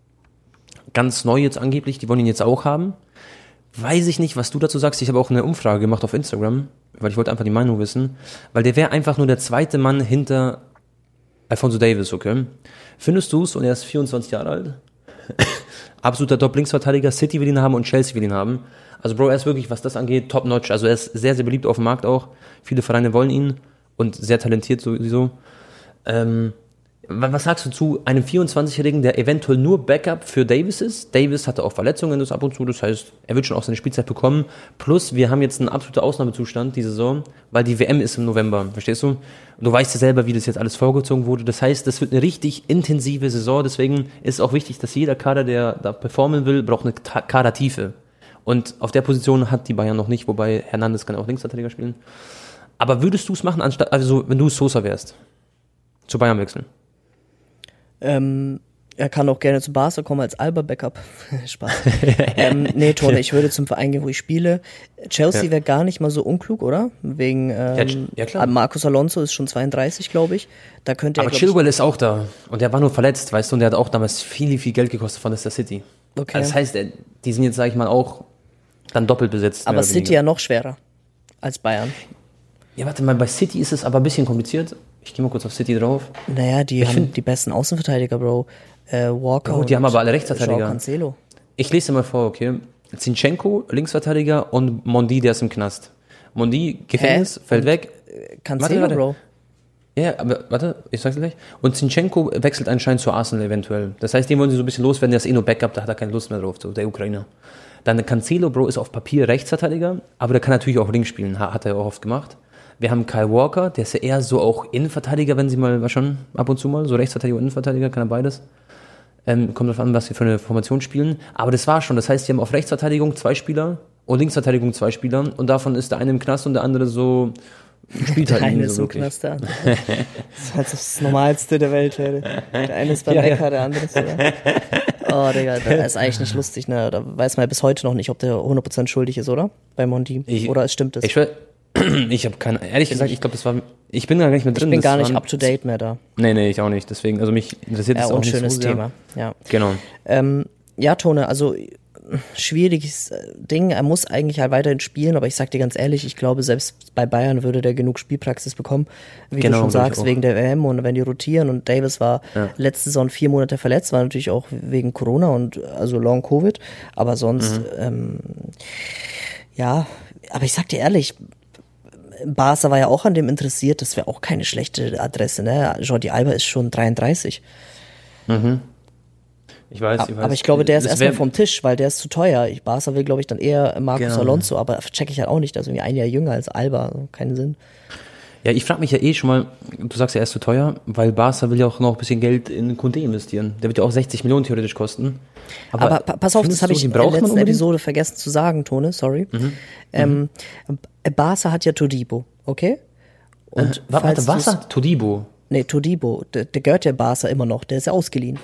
ganz neu jetzt angeblich, die wollen ihn jetzt auch haben. Weiß ich nicht, was du dazu sagst. Ich habe auch eine Umfrage gemacht auf Instagram, weil ich wollte einfach die Meinung wissen. Weil der wäre einfach nur der zweite Mann hinter Alphonso Davies, okay? Findest du es, und er ist vierundzwanzig Jahre alt, absoluter Top-Linksverteidiger, City will ihn haben und Chelsea will ihn haben. Also Bro, er ist wirklich, was das angeht, top-notch. Also er ist sehr, sehr beliebt auf dem Markt auch. Viele Vereine wollen ihn und sehr talentiert sowieso. Ähm, was sagst du zu einem vierundzwanzigjährigen, der eventuell nur Backup für Davies ist? Davies hatte auch Verletzungen das ab und zu, das heißt, er wird schon auch seine Spielzeit bekommen. Plus, wir haben jetzt einen absoluten Ausnahmezustand diese Saison, weil die W M ist im November, verstehst du? Und du weißt ja selber, wie das jetzt alles vorgezogen wurde. Das heißt, das wird eine richtig intensive Saison, deswegen ist es auch wichtig, dass jeder Kader, der da performen will, braucht eine Kadertiefe. Und auf der Position hat die Bayern noch nicht, wobei Hernandez kann auch Linksverteidiger spielen. Aber würdest du es machen, anstatt, also wenn du Sosa wärst, zu Bayern wechseln? Ähm, Er kann auch gerne zu Barca kommen als Alba-Backup. Spaß. ähm, nee, Tone, ich würde zum Verein gehen, wo ich spiele. Chelsea ja. wäre gar nicht mal so unklug, oder? Wegen ähm, ja, ja, klar. Marcos Alonso ist schon zweiunddreißig, glaube ich. Da könnte Aber er, Chilwell ist auch da. Und der war nur verletzt, weißt du, und der hat auch damals viel, viel Geld gekostet von Leicester City. Okay. Also das heißt, die sind jetzt, sag ich mal, auch dann doppelt besetzt. Aber City ja noch schwerer als Bayern. Ja, warte mal, bei City ist es aber ein bisschen kompliziert. Ich gehe mal kurz auf City drauf. Naja, die ich haben find, die besten Außenverteidiger, Bro. Äh, Walker oh, die haben aber alle Rechtsverteidiger. Joao Cancelo. Ich lese dir mal vor, okay. Zinchenko, Linksverteidiger und Mondi, der ist im Knast. Mondi, Gefängnis, Hä? fällt und weg. Cancelo, warte, warte. Bro. Ja, aber warte, ich sag's gleich. Und Zinchenko wechselt anscheinend zu Arsenal eventuell. Das heißt, den wollen sie so ein bisschen loswerden, der ist eh nur Backup, da hat er keine Lust mehr drauf, so der Ukrainer. Dann Cancelo, Bro, ist auf Papier Rechtsverteidiger, aber der kann natürlich auch links spielen, hat er auch oft gemacht. Wir haben Kyle Walker, der ist ja eher so auch Innenverteidiger, wenn sie mal, war schon ab und zu mal, so Rechtsverteidiger und Innenverteidiger, kann er beides. Ähm, kommt drauf an, was sie für eine Formation spielen. Aber das war schon, das heißt, die haben auf Rechtsverteidigung zwei Spieler und Linksverteidigung zwei Spieler und davon ist der eine im Knast und der andere so, spielt halt der eine nicht ist so im Knast, der andere. Das ist halt das Normalste der Welt, Leute. Der eine ist beim ja, Bäcker, ja. der andere ist da. Oh, Digga, das ist eigentlich nicht lustig, ne? Da weiß man ja bis heute noch nicht, ob der hundert Prozent schuldig ist, oder? Bei Mondi. Ich, oder es stimmt es? Ich, ich habe keine, ehrlich gesagt, ich glaube, das war, ich bin da gar nicht mehr drin. Ich bin das gar nicht waren, up to date mehr da. Nee, nee, ich auch nicht, deswegen, also mich interessiert das ja, auch nicht so sehr. sehr. Thema, ja. Genau. Ähm, ja, Tone, also schwieriges Ding, er muss eigentlich halt weiterhin spielen, aber ich sag dir ganz ehrlich, ich glaube, selbst bei Bayern würde der genug Spielpraxis bekommen, wie genau, du schon sagst, wegen der W M und wenn die rotieren und Davis war ja. letzte Saison vier Monate verletzt, war natürlich auch wegen Corona und also Long Covid, aber sonst, mhm. ähm, ja, aber ich sag dir ehrlich, Barca war ja auch an dem interessiert, das wäre auch keine schlechte Adresse, ne? Jordi Alba ist schon dreiunddreißig. Mhm. Ich weiß, ich weiß. Aber ich glaube, der ist erstmal vom Tisch, weil der ist zu teuer. Ich, Barca will, glaube ich, dann eher Marcos genau. Alonso, aber check ich halt auch nicht. Also irgendwie ein Jahr jünger als Alba, keinen Sinn. Ja, ich frage mich ja eh schon mal, du sagst ja, er ist zu teuer, weil Barca will ja auch noch ein bisschen Geld in Koundé investieren. Der wird ja auch sechzig Millionen theoretisch kosten. Aber, aber pass auf, das habe ich in der letzten Episode vergessen zu sagen, Tone, sorry. Mhm. Ähm, mhm. Barca hat ja Todibo, okay? Und äh, warte, was hat Todibo? Nee, Todibo, der, der gehört ja Barca immer noch, der ist ja ausgeliehen.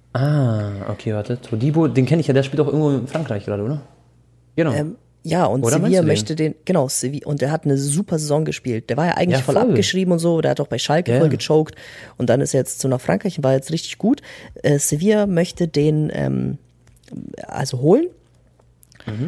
Ah, okay, warte. Todibo, den kenne ich ja, der spielt auch irgendwo in Frankreich gerade, oder? Genau. Ähm, ja, und oder Sevilla möchte den, genau, Sevilla, und der hat eine super Saison gespielt. Der war ja eigentlich ja, voll. voll abgeschrieben und so, der hat auch bei Schalke ja. voll gechoked und dann ist er jetzt so nach Frankreich und war jetzt richtig gut. Äh, Sevilla möchte den, ähm, also holen mhm.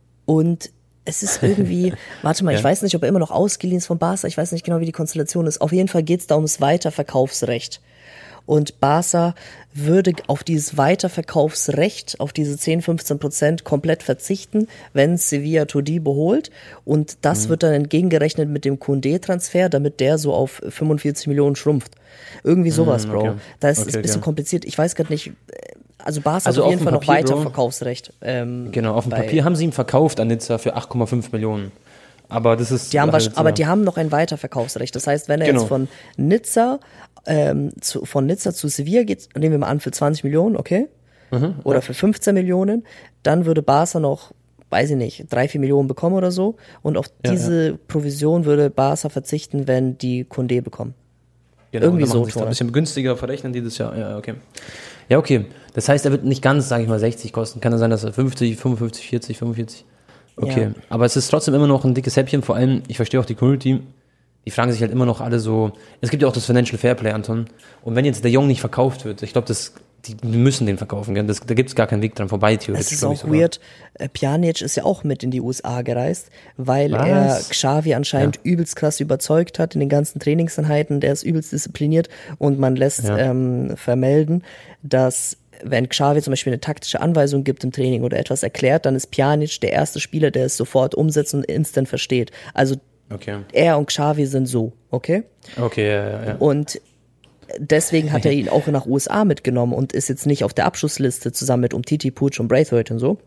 und es ist irgendwie, warte mal, ja. ich weiß nicht, ob er immer noch ausgeliehen ist von Barca, ich weiß nicht genau, wie die Konstellation ist. Auf jeden Fall geht es da ums Weiterverkaufsrecht. Und Barca würde auf dieses Weiterverkaufsrecht, auf diese zehn, fünfzehn Prozent komplett verzichten, wenn Sevilla Todibo holt. Und das mhm. wird dann entgegengerechnet mit dem Koundé-Transfer, damit der so auf fünfundvierzig Millionen schrumpft. Irgendwie sowas, mhm, okay. Bro. Da ist es okay, ein bisschen okay. kompliziert. Ich weiß gerade nicht, also Barca also hat auf jeden Fall Papier, noch Weiterverkaufsrecht. Ähm, genau, auf dem Papier haben sie ihn verkauft an Nizza für acht Komma fünf Millionen. Aber das ist die haben halt, aber ja. die haben noch ein Weiterverkaufsrecht. Das heißt, wenn er genau. jetzt von Nizza ähm, zu, von Nizza zu Sevilla geht, nehmen wir mal an für zwanzig Millionen, okay? Mhm, oder ja. für fünfzehn Millionen, dann würde Barca noch, weiß ich nicht, drei, vier Millionen bekommen oder so. Und auf ja, diese ja. Provision würde Barca verzichten, wenn die Koundé bekommen. Genau, irgendwie so. Sich da ein bisschen günstiger verrechnen die das ja. Ja, okay. Ja, okay. Das heißt, er wird nicht ganz, sage ich mal, sechzig kosten. Kann ja sein, dass er fünfzig, fünfundfünfzig, vierzig, fünfundvierzig. Okay, ja. Aber es ist trotzdem immer noch ein dickes Häppchen, vor allem, ich verstehe auch die Community, die fragen sich halt immer noch alle so, es gibt ja auch das Financial Fairplay, Anton, und wenn jetzt der Jong nicht verkauft wird, ich glaube, das die müssen den verkaufen, gell? Das, da gibt es gar keinen Weg dran vorbei, theoretisch. Es ist auch weird, Pjanic ist ja auch mit in die U S A gereist, weil Was? er Xavi anscheinend ja. übelst krass überzeugt hat in den ganzen Trainingseinheiten, der ist übelst diszipliniert und man lässt ja. ähm, vermelden, dass wenn Xavi zum Beispiel eine taktische Anweisung gibt im Training oder etwas erklärt, dann ist Pjanic der erste Spieler, der es sofort umsetzt und instant versteht. Also okay. er und Xavi sind so, okay? Okay, ja, ja, ja. Und deswegen hat er ihn auch nach U S A mitgenommen und ist jetzt nicht auf der Abschussliste zusammen mit Umtiti, Puig und Braithwaite und so.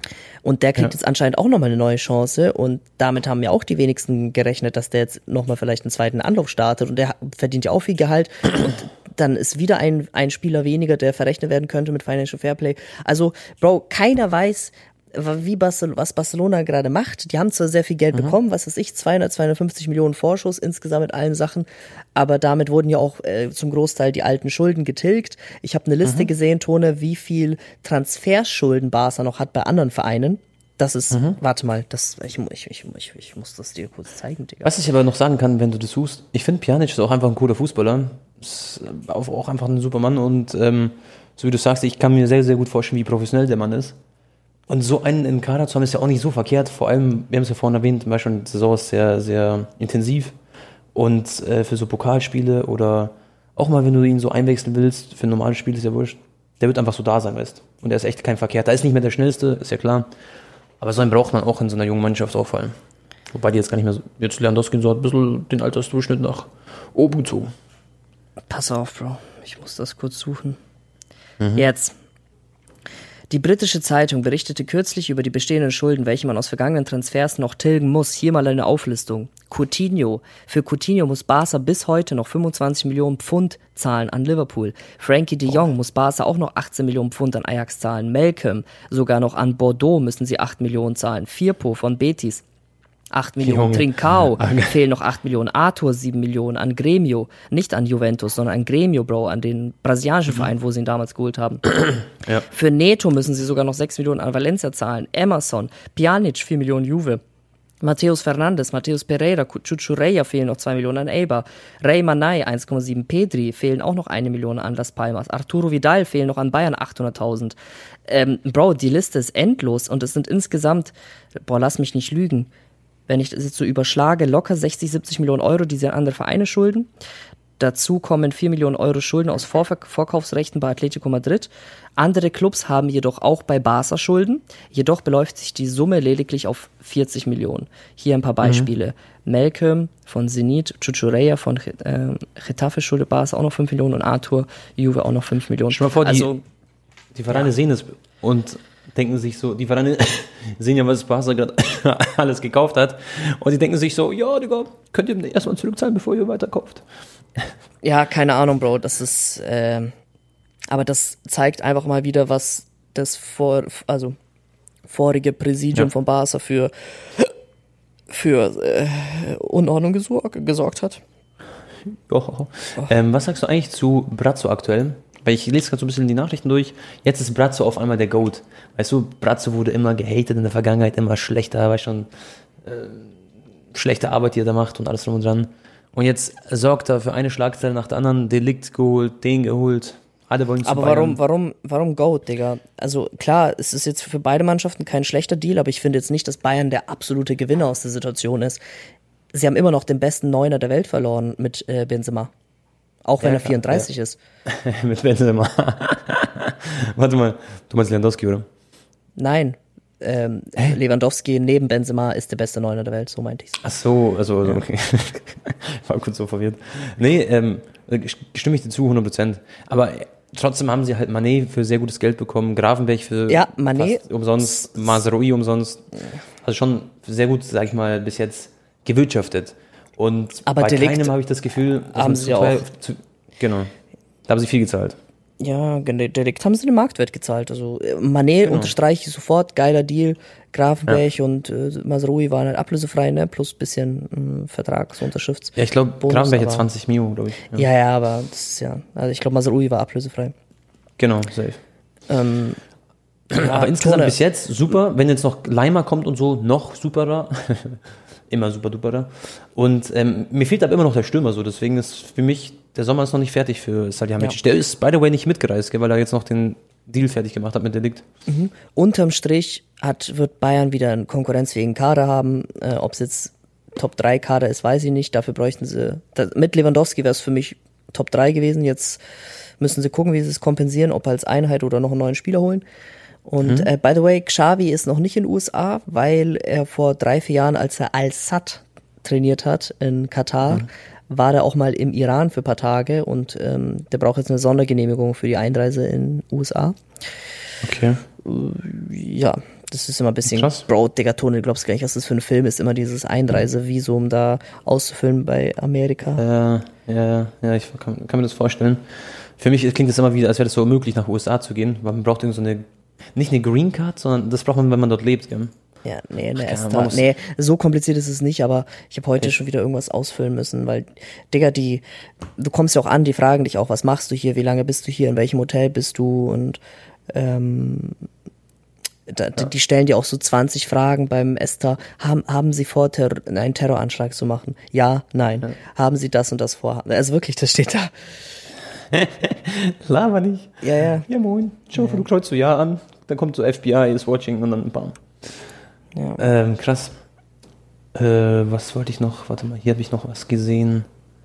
Und der kriegt ja. jetzt anscheinend auch nochmal eine neue Chance und damit haben ja auch die wenigsten gerechnet, dass der jetzt nochmal vielleicht einen zweiten Anlauf startet und der verdient ja auch viel Gehalt und dann ist wieder ein, ein Spieler weniger, der verrechnet werden könnte mit Financial Fairplay. Also, Bro, keiner weiß, wie Barcelona, was Barcelona gerade macht. Die haben zwar sehr viel Geld mhm. bekommen, was weiß ich, zweihundert, zweihundertfünfzig Millionen Vorschuss insgesamt mit allen Sachen, aber damit wurden ja auch äh, zum Großteil die alten Schulden getilgt. Ich habe eine Liste mhm. gesehen, Tone, wie viel Transferschulden Barca noch hat bei anderen Vereinen. Das ist, mhm. warte mal, das, ich, ich, ich, ich, ich muss das dir kurz zeigen, Digga. Was ich aber noch sagen kann, wenn du das suchst, ich finde Pjanic ist auch einfach ein cooler Fußballer. Ist auch einfach ein super Mann und ähm, so wie du sagst, ich kann mir sehr, sehr gut vorstellen, wie professionell der Mann ist. Und so einen im Kader zu haben, ist ja auch nicht so verkehrt. Vor allem, wir haben es ja vorhin erwähnt, zum Beispiel die Saison ist sehr, sehr intensiv. Und äh, für so Pokalspiele oder auch mal, wenn du ihn so einwechseln willst, für ein normales Spiel ist ja wurscht, der wird einfach so da sein, weißt. Und er ist echt kein Verkehrt. Da ist nicht mehr der Schnellste, ist ja klar. Aber so einen braucht man auch in so einer jungen Mannschaft auch vor allem. Wobei die jetzt gar nicht mehr so, jetzt Lewandowski so hat ein bisschen den Altersdurchschnitt nach oben gezogen. Pass auf, Bro. Ich muss das kurz suchen. Mhm. Jetzt. Die britische Zeitung berichtete kürzlich über die bestehenden Schulden, welche man aus vergangenen Transfers noch tilgen muss. Hier mal eine Auflistung. Coutinho. Für Coutinho muss Barca bis heute noch fünfundzwanzig Millionen Pfund zahlen an Liverpool. Frankie de Jong muss Barca auch noch achtzehn Millionen Pfund an Ajax zahlen. Malcolm sogar noch an Bordeaux müssen sie acht Millionen zahlen. Firpo von Betis acht Millionen. Trincao okay. fehlen noch acht Millionen. Arthur sieben Millionen an Gremio. Nicht an Juventus, sondern an Gremio, Bro, an den brasilianischen mhm. Verein, wo sie ihn damals geholt haben. Ja. Für Neto müssen sie sogar noch sechs Millionen an Valencia zahlen. Emerson, Pjanic vier Millionen Juve. Mateus Fernandes, Mateus Pereira, Cucurella fehlen noch zwei Millionen an Eibar. Rey Manay eins Komma sieben. Pedri fehlen auch noch eine Million an Las Palmas. Arturo Vidal fehlen noch an Bayern achthunderttausend. Ähm, Bro, die Liste ist endlos und es sind insgesamt, boah, lass mich nicht lügen, wenn ich das jetzt so überschlage, locker sechzig, siebzig Millionen Euro, die sie an andere Vereine schulden. Dazu kommen vier Millionen Euro Schulden aus Vorver- Vorkaufsrechten bei Atletico Madrid. Andere Clubs haben jedoch auch bei Barca Schulden. Jedoch beläuft sich die Summe lediglich auf vierzig Millionen. Hier ein paar Beispiele. Mhm. Malcolm von Zenit, Cucurella von äh, Getafe schuldet Barca auch noch fünf Millionen und Arthur, Juve auch noch fünf Millionen. Stell mal vor, also, die, die Vereine ja. sehen es und denken sich so, die Vereine sehen ja, was Barca gerade alles gekauft hat und die denken sich so, ja, Digga, könnt ihr erstmal zurückzahlen, bevor ihr weiterkauft. Ja, keine Ahnung, Bro, das ist, äh, aber das zeigt einfach mal wieder, was das vor, also vorige Präsidium ja. von Barca für, für äh, Unordnung gesorg, gesorgt hat. Oh. Oh. Ähm, was sagst du eigentlich zu Brazzo aktuell? Weil ich lese gerade so ein bisschen die Nachrichten durch. Jetzt ist Brazzo auf einmal der GOAT. Weißt du, Brazzo wurde immer gehatet in der Vergangenheit, immer schlechter, weißt schon, äh, schlechte Arbeit, die er da macht und alles drum und dran. Und jetzt sorgt er für eine Schlagzeile nach der anderen, Delikt geholt, den geholt. Alle wollen zu Aber Bayern. warum, warum, warum GOAT, Digga? Also klar, es ist jetzt für beide Mannschaften kein schlechter Deal, aber ich finde jetzt nicht, dass Bayern der absolute Gewinner aus der Situation ist. Sie haben immer noch den besten Neuner der Welt verloren mit äh, Benzema. Auch wenn ja, er vierunddreißig ja. ist. Mit Benzema. Warte mal, du meinst Lewandowski, oder? Nein. Ähm, Lewandowski neben Benzema ist der beste Neuner der Welt, so meinte ich es. Ach so, also, ja. okay. War kurz so verwirrt. Nee, ähm, stimme ich dir zu, hundert Prozent. Aber trotzdem haben sie halt Mané für sehr gutes Geld bekommen, Gravenberch für ja, Mané fast umsonst, Mazraoui umsonst. Also schon sehr gut, sag ich mal, bis jetzt gewirtschaftet. Und aber bei Delikt keinem habe ich das Gefühl, dass haben sie auch. Zu, genau, da haben sie viel gezahlt. Ja, Delikt haben sie den Marktwert gezahlt. Also Mané genau. unterstreiche ich sofort, geiler Deal. Grafenberg ja. und äh, Mazraoui waren halt ablösefrei, ne? Plus bisschen äh, Vertragsunterschrifts. Ja, ich glaube, Grafenberg hat zwanzig Millionen, glaube ich. Ja. ja, ja, aber das ist ja, also ich glaube, Mazraoui war ablösefrei. Genau, safe. Ähm, ja, aber insgesamt Tone. Bis jetzt super. Wenn jetzt noch Leimer kommt und so, noch superer. Immer super duperer. Und ähm, mir fehlt aber immer noch der Stürmer so, deswegen ist für mich, der Sommer ist noch nicht fertig für Salihamidzic. Ja. Der ist, by the way, nicht mitgereist, gell, weil er jetzt noch den Deal fertig gemacht hat mit Delikt. Mhm. Unterm Strich hat, wird Bayern wieder einen konkurrenzfähigen Kader haben. Äh, Ob es jetzt Top drei Kader ist, weiß ich nicht. Dafür bräuchten sie, da, mit Lewandowski wäre es für mich Top drei gewesen. Jetzt müssen sie gucken, wie sie es kompensieren, ob als Einheit oder noch einen neuen Spieler holen. Und mhm. äh, by the way, Xavi ist noch nicht in den U S A, weil er vor drei, vier Jahren, als er Al-Sadd trainiert hat in Katar, mhm. war er auch mal im Iran für ein paar Tage und ähm, der braucht jetzt eine Sondergenehmigung für die Einreise in den U S A. Okay. Äh, ja, das ist immer ein bisschen, krass. Bro, Digga, Tone, du glaubst gar nicht, was das für ein Film ist, immer dieses Einreisevisum da auszufüllen bei Amerika. Ja, ja, ja, ich kann, kann mir das vorstellen. Für mich klingt es immer wieder, als wäre das so unmöglich, nach U S A zu gehen, weil man braucht irgendwie so eine Nicht eine Green Card, sondern das braucht man, wenn man dort lebt, gell? Ja, nee, eine Ach, ESTA. Nee, so kompliziert ist es nicht, aber ich habe heute Echt? schon wieder irgendwas ausfüllen müssen, weil, Digga, die, du kommst ja auch an, die fragen dich auch, was machst du hier, wie lange bist du hier, in welchem Hotel bist du und ähm, da, ja. die stellen dir auch so zwanzig Fragen beim ESTA. Haben, haben sie vor, Terror, einen Terroranschlag zu machen? Ja, nein. Ja. Haben sie das und das vor? Also wirklich, das steht da. Laber nicht. Ja, ja. Ja, moin. Schau, ja. Du kreuzt so Ja an, dann kommt so F B I, is watching und dann bam. Ja. Ähm, krass. Äh, was wollte ich noch? Warte mal, hier habe ich noch was gesehen.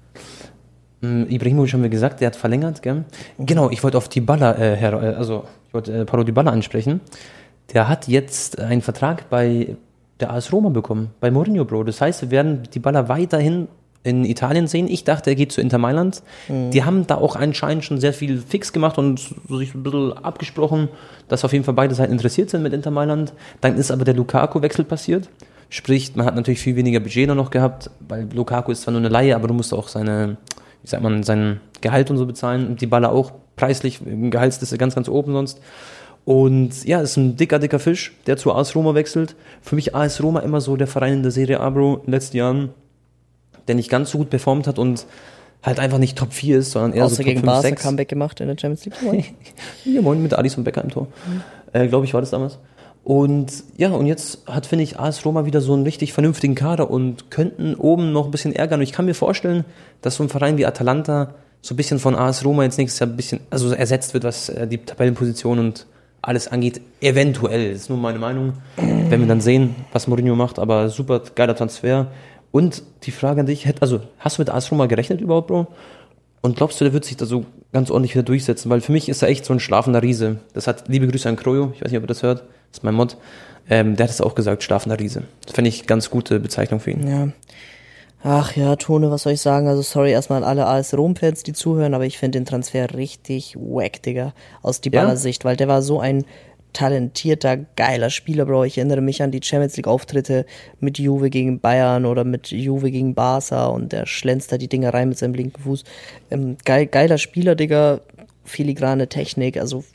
Ähm, Ibrahimovic haben wir gesagt, der hat verlängert, gell? Genau, ich wollte auf Dybala, äh, her, äh, also ich wollte äh, Paulo Dybala ansprechen. Der hat jetzt einen Vertrag bei der A S Roma bekommen, bei Mourinho, Bro. Das heißt, wir werden Dybala weiterhin in Italien sehen. Ich dachte, er geht zu Inter Mailand. Mhm. Die haben da auch anscheinend schon sehr viel fix gemacht und sich ein bisschen abgesprochen, dass auf jeden Fall beide Seiten interessiert sind mit Inter Mailand. Dann ist aber der Lukaku-Wechsel passiert. Sprich, man hat natürlich viel weniger Budget noch gehabt, weil Lukaku ist zwar nur eine Leihe, aber du musst auch seine, wie sagt man, sein Gehalt und so bezahlen. Und Dybala auch preislich, im Gehaltsliste ganz, ganz oben sonst. Und ja, ist ein dicker, dicker Fisch, der zu A S Roma wechselt. Für mich A S Roma immer so der Verein in der Serie A, Bro, in den letzten Jahren, der nicht ganz so gut performt hat und halt einfach nicht Top vier ist, sondern eher Außer so Top gegen fünf, Barca sechs. Comeback gemacht in der Champions League. Ja, moin, mit Alisson Becker im Tor. Mhm. Äh, Glaube ich, war das damals. Und ja, und jetzt hat, finde ich, A S Roma wieder so einen richtig vernünftigen Kader und könnten oben noch ein bisschen ärgern. Und ich kann mir vorstellen, dass so ein Verein wie Atalanta so ein bisschen von A S Roma jetzt nächstes Jahr ein bisschen, also ersetzt wird, was die Tabellenposition und alles angeht. Eventuell, das ist nur meine Meinung. Werden wir dann sehen, was Mourinho macht, aber super geiler Transfer. Und die Frage an dich, also hast du mit A S Roma gerechnet überhaupt, Bro? Und glaubst du, der wird sich da so ganz ordentlich wieder durchsetzen? Weil für mich ist er echt so ein schlafender Riese. Das hat, liebe Grüße an Krojo, ich weiß nicht, ob ihr das hört, das ist mein Mod. Ähm, der hat es auch gesagt, schlafender Riese. Das fände ich ganz gute Bezeichnung für ihn. Ja. Ach ja, Tone, was soll ich sagen? Also sorry erstmal an alle A S Rom-Fans, die zuhören, aber ich finde den Transfer richtig wack, Digga, aus Dybala-Sicht, ja? Weil der war so ein talentierter, geiler Spieler, Bro. Ich erinnere mich an die Champions League-Auftritte mit Juve gegen Bayern oder mit Juve gegen Barca und der schlänzt da die Dinger rein mit seinem linken Fuß. Ähm, geil, geiler Spieler, Digga, filigrane Technik, also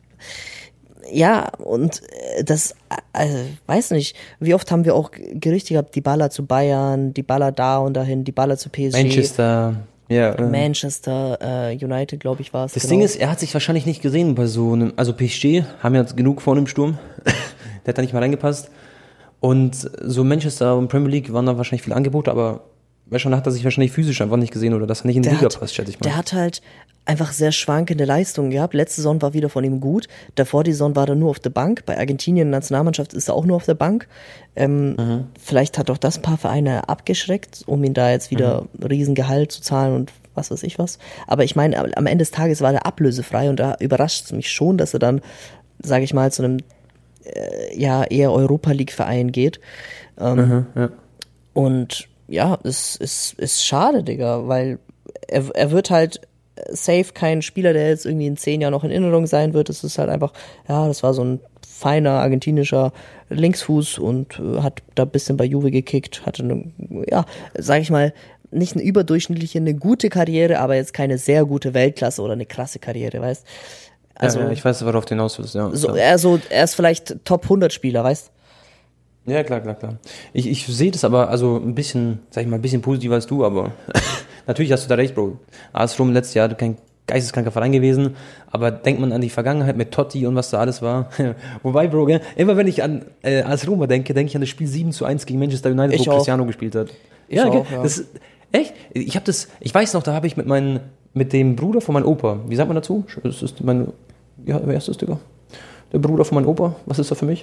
ja, und das, also, weiß nicht, wie oft haben wir auch Gerüchte gehabt, Dybala zu Bayern, Dybala da und dahin, Dybala zu P S G. Manchester, ja. Yeah. Manchester äh, United, glaube ich, war es. Das genau. Ding ist, er hat sich wahrscheinlich nicht gesehen bei so einem, also P S G haben ja genug vorne im Sturm, der hat da nicht mal reingepasst. Und so Manchester und Premier League waren da wahrscheinlich viele Angebote, aber schon hat er sich wahrscheinlich physisch einfach nicht gesehen oder dass er nicht in die der Liga hat, passt, schätze ich mal. Der hat halt einfach sehr schwankende Leistungen gehabt. Letzte Saison war wieder von ihm gut. Davor die Saison war er nur auf der Bank. Bei Argentinien Nationalmannschaft ist er auch nur auf der Bank. Ähm, mhm. Vielleicht hat auch das ein paar Vereine abgeschreckt, um ihn da jetzt wieder mhm. Riesengehalt zu zahlen und was weiß ich was. Aber ich meine, am Ende des Tages war er ablösefrei und da überrascht es mich schon, dass er dann, sage ich mal, zu einem äh, ja eher Europa-League-Verein geht. Ähm, mhm, ja. Und ja, es ist, ist schade, Digga, weil er, er wird halt safe kein Spieler, der jetzt irgendwie in zehn Jahren noch in Erinnerung sein wird. Es ist halt einfach, ja, das war so ein feiner argentinischer Linksfuß und äh, hat da ein bisschen bei Juve gekickt, hatte eine, ja, sag ich mal, nicht eine überdurchschnittliche, eine gute Karriere, aber jetzt keine sehr gute Weltklasse oder eine krasse Karriere, weißt? Also, ja, ja, ich weiß, worauf du hinaus willst, ja. So, er, so, er ist vielleicht Top hundert Spieler, weißt? Ja, klar, klar, klar. Ich, ich sehe das aber also ein bisschen, sag ich mal, ein bisschen positiver als du, aber natürlich hast du da recht, Bro. A S Rom letztes Jahr kein geisteskranker Verein gewesen, aber denkt man an die Vergangenheit mit Totti und was da alles war. Wobei, Bro, gell, immer wenn ich an äh, A S Roma denke, denke ich an das Spiel sieben zu eins gegen Manchester United, ich wo auch. Cristiano gespielt hat. Ich ja, auch, gell, ja. Das, echt? Ich habe das, ich weiß noch, da habe ich mit meinem, mit dem Bruder von meinem Opa, wie sagt man dazu? Das ist mein, ja, wer ist das, Digga? Der Bruder von meinem Opa, was ist er für mich?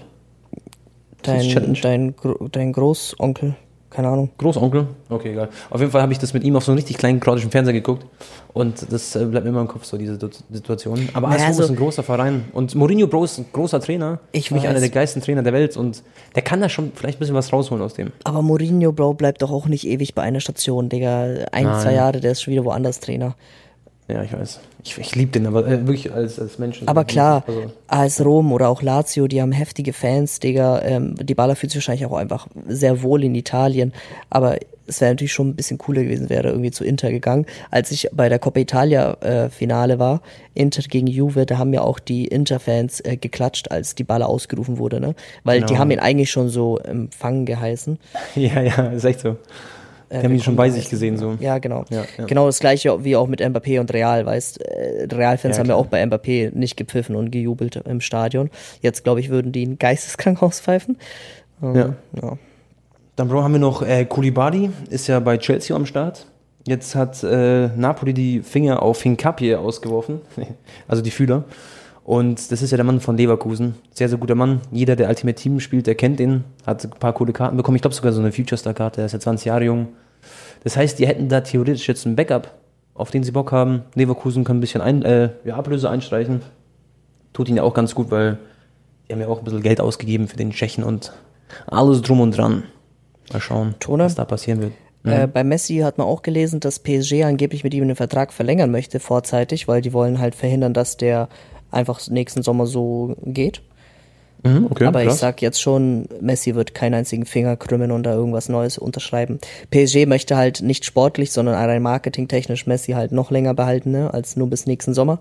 Dein, dein, dein Großonkel, keine Ahnung. Großonkel? Okay, egal. Auf jeden Fall habe ich das mit ihm auf so einem richtig kleinen kroatischen Fernseher geguckt und das äh, bleibt mir immer im Kopf, so diese Situation. Aber naja, A S Rom also, ist ein großer Verein und Mourinho, Bro, ist ein großer Trainer. Ich Für mich weiß. einer der geilsten Trainer der Welt und der kann da schon vielleicht ein bisschen was rausholen aus dem. Aber Mourinho, Bro, bleibt doch auch nicht ewig bei einer Station, Digga. Ein, Nein. zwei Jahre, der ist schon wieder woanders Trainer. Ja, ich weiß. Ich, ich liebe den, aber äh, wirklich als, als Menschen. Aber klar, also. A S Rom oder auch Lazio, die haben heftige Fans, Digga. Ähm, Dybala fühlt sich wahrscheinlich auch einfach sehr wohl in Italien. Aber es wäre natürlich schon ein bisschen cooler gewesen, wäre irgendwie zu Inter gegangen. Als ich bei der Coppa Italia äh, Finale war, Inter gegen Juve, da haben ja auch die Inter-Fans äh, geklatscht, als die Balle ausgerufen wurde, ne? Weil Genau. die haben ihn eigentlich schon so empfangen geheißen. Ja, ja, ist echt so. Die Äh, haben ihn schon bei willkommen sich gesehen, so. Ja, genau. Ja, ja. Genau das gleiche wie auch mit Mbappé und Real, weißt, äh, Real-Fans Ja, haben ja klar. auch bei Mbappé nicht gepfiffen und gejubelt im Stadion. Jetzt, glaube ich, würden die ihn geisteskrank auspfeifen. Ähm, Ja. ja. Dann, Bro, haben wir noch äh, Koulibaly, ist ja bei Chelsea am Start. Jetzt hat äh, Napoli die Finger auf Hincapié ausgeworfen, also die Fühler. Und das ist ja der Mann von Leverkusen. Sehr, sehr guter Mann. Jeder, der Ultimate Team spielt, der kennt ihn. Hat ein paar coole Karten bekommen. Ich glaube sogar so eine Future-Star-Karte. Er ist ja zwanzig Jahre jung. Das heißt, die hätten da theoretisch jetzt ein Backup, auf den sie Bock haben. Leverkusen kann ein bisschen ein, äh, ja, Ablöse einstreichen. Tut ihnen ja auch ganz gut, weil die haben ja auch ein bisschen Geld ausgegeben für den Tschechen und alles drum und dran. Mal schauen, Tone? was da passieren wird. Mhm. Äh, bei Messi hat man auch gelesen, dass P S G angeblich mit ihm den Vertrag verlängern möchte vorzeitig, weil die wollen halt verhindern, dass der einfach nächsten Sommer so geht. Mhm, okay, Aber krass. ich sag jetzt schon, Messi wird keinen einzigen Finger krümmen und da irgendwas Neues unterschreiben. P S G möchte halt nicht sportlich, sondern rein marketingtechnisch Messi halt noch länger behalten, ne, als nur bis nächsten Sommer.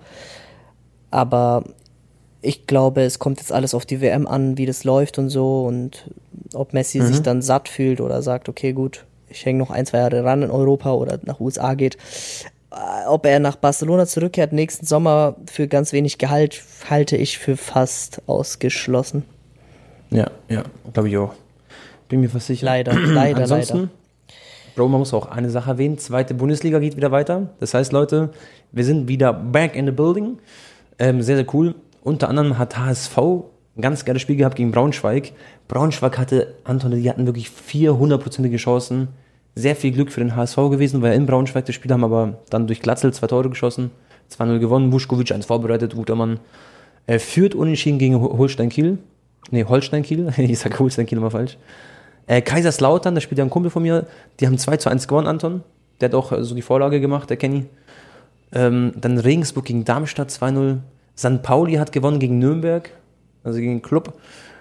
Aber ich glaube, es kommt jetzt alles auf die W M an, wie das läuft und so und ob Messi Mhm. sich dann satt fühlt oder sagt, okay, gut, ich hänge noch ein, zwei Jahre ran in Europa oder nach U S A geht. Äh, Ob er nach Barcelona zurückkehrt nächsten Sommer für ganz wenig Gehalt, halte ich für fast ausgeschlossen. Ja, ja, glaube ich auch. Bin mir fast sicher. Leider, leider, Ansonsten, leider. Bro, man muss auch eine Sache erwähnen. Zweite Bundesliga geht wieder weiter. Das heißt, Leute, wir sind wieder back in the building. Ähm, sehr, sehr cool. Unter anderem hat H S V ein ganz geiles Spiel gehabt gegen Braunschweig. Braunschweig hatte, Anton, die hatten wirklich vierhundertprozentige Chancen. Sehr viel Glück für den H S V gewesen, weil in Braunschweig das Spiel haben aber dann durch Glatzel zwei Tore geschossen. zwei null gewonnen. Vuskovic eins vorbereitet, guter Mann. Er führt unentschieden gegen Ho- Holstein Kiel. Nee, Holstein Kiel. Ich sage Holstein Kiel immer falsch. Äh, Kaiserslautern, da spielt ja ein Kumpel von mir. Die haben zwei zu eins gewonnen, Anton. Der hat auch äh, so die Vorlage gemacht, der Kenny. Ähm, dann Regensburg gegen Darmstadt zwei null. Sankt Pauli hat gewonnen gegen Nürnberg, also gegen den Club.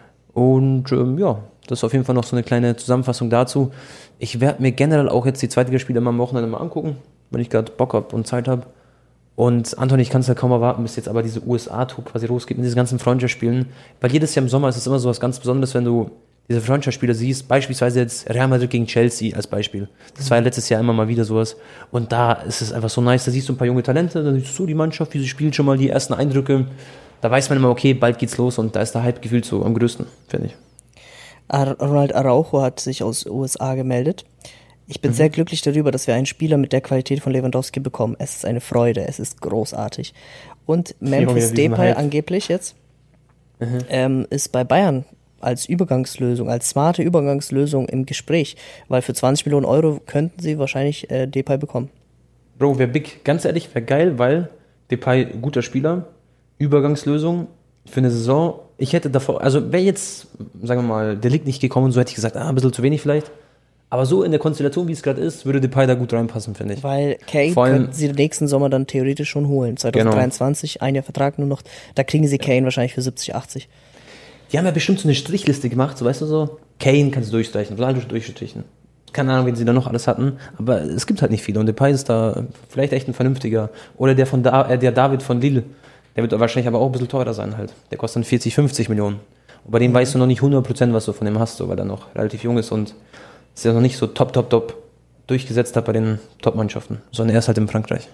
Und ähm, ja, das ist auf jeden Fall noch so eine kleine Zusammenfassung dazu. Ich werde mir generell auch jetzt die Zweitligaspiele mal am Wochenende mal angucken, wenn ich gerade Bock habe und Zeit habe. Und Anton, ich kann es ja kaum erwarten, bis jetzt aber diese U S A-Tour quasi losgeht mit diesen ganzen Freundschaftsspielen. Weil jedes Jahr im Sommer ist es immer so was ganz Besonderes, wenn du diese Freundschaftsspiele siehst. Beispielsweise jetzt Real Madrid gegen Chelsea als Beispiel. Das war ja letztes Jahr immer mal wieder sowas. Und da ist es einfach so nice. Da siehst du ein paar junge Talente, dann siehst du so die Mannschaft, wie sie spielt, schon mal die ersten Eindrücke. Da weiß man immer, okay, bald geht's los und da ist der Hype gefühlt so am größten, finde ich. Ar- Ronald Araujo hat sich aus U S A gemeldet. Ich bin Mhm. sehr glücklich darüber, dass wir einen Spieler mit der Qualität von Lewandowski bekommen. Es ist eine Freude, es ist großartig. Und Memphis Junge, diesen Depay Hype. angeblich jetzt ähm, ist bei Bayern als Übergangslösung, als smarte Übergangslösung im Gespräch, weil für zwanzig Millionen Euro könnten sie wahrscheinlich äh, Depay bekommen. Bro, wäre big, ganz ehrlich, wäre geil, weil Depay guter Spieler, Übergangslösung für eine Saison. Ich hätte davor, also wäre jetzt, sagen wir mal, der Licht nicht gekommen, so hätte ich gesagt, ah, ein bisschen zu wenig vielleicht. Aber so in der Konstellation, wie es gerade ist, würde Depay da gut reinpassen, finde ich. Weil Kane Vor allem- könnten sie nächsten Sommer dann theoretisch schon holen. zwanzig dreiundzwanzig, ein Jahr Vertrag nur noch, da kriegen sie Kane wahrscheinlich für siebzig, achtzig. Die haben ja bestimmt so eine Strichliste gemacht, so weißt du so, Kane kannst du durchstreichen, Ronaldo durchstreichen. Keine Ahnung, wen sie da noch alles hatten, aber es gibt halt nicht viele und Depay ist da vielleicht echt ein vernünftiger. Oder der von da, äh, der David von Lille, der wird wahrscheinlich aber auch ein bisschen teurer sein halt. Der kostet dann vierzig, fünfzig Millionen. Und bei dem mhm. weißt du noch nicht hundert Prozent, was du von dem hast, so, weil er noch relativ jung ist und ist ja noch nicht so top, top, top durchgesetzt hat bei den Top-Mannschaften, sondern er ist halt in Frankreich.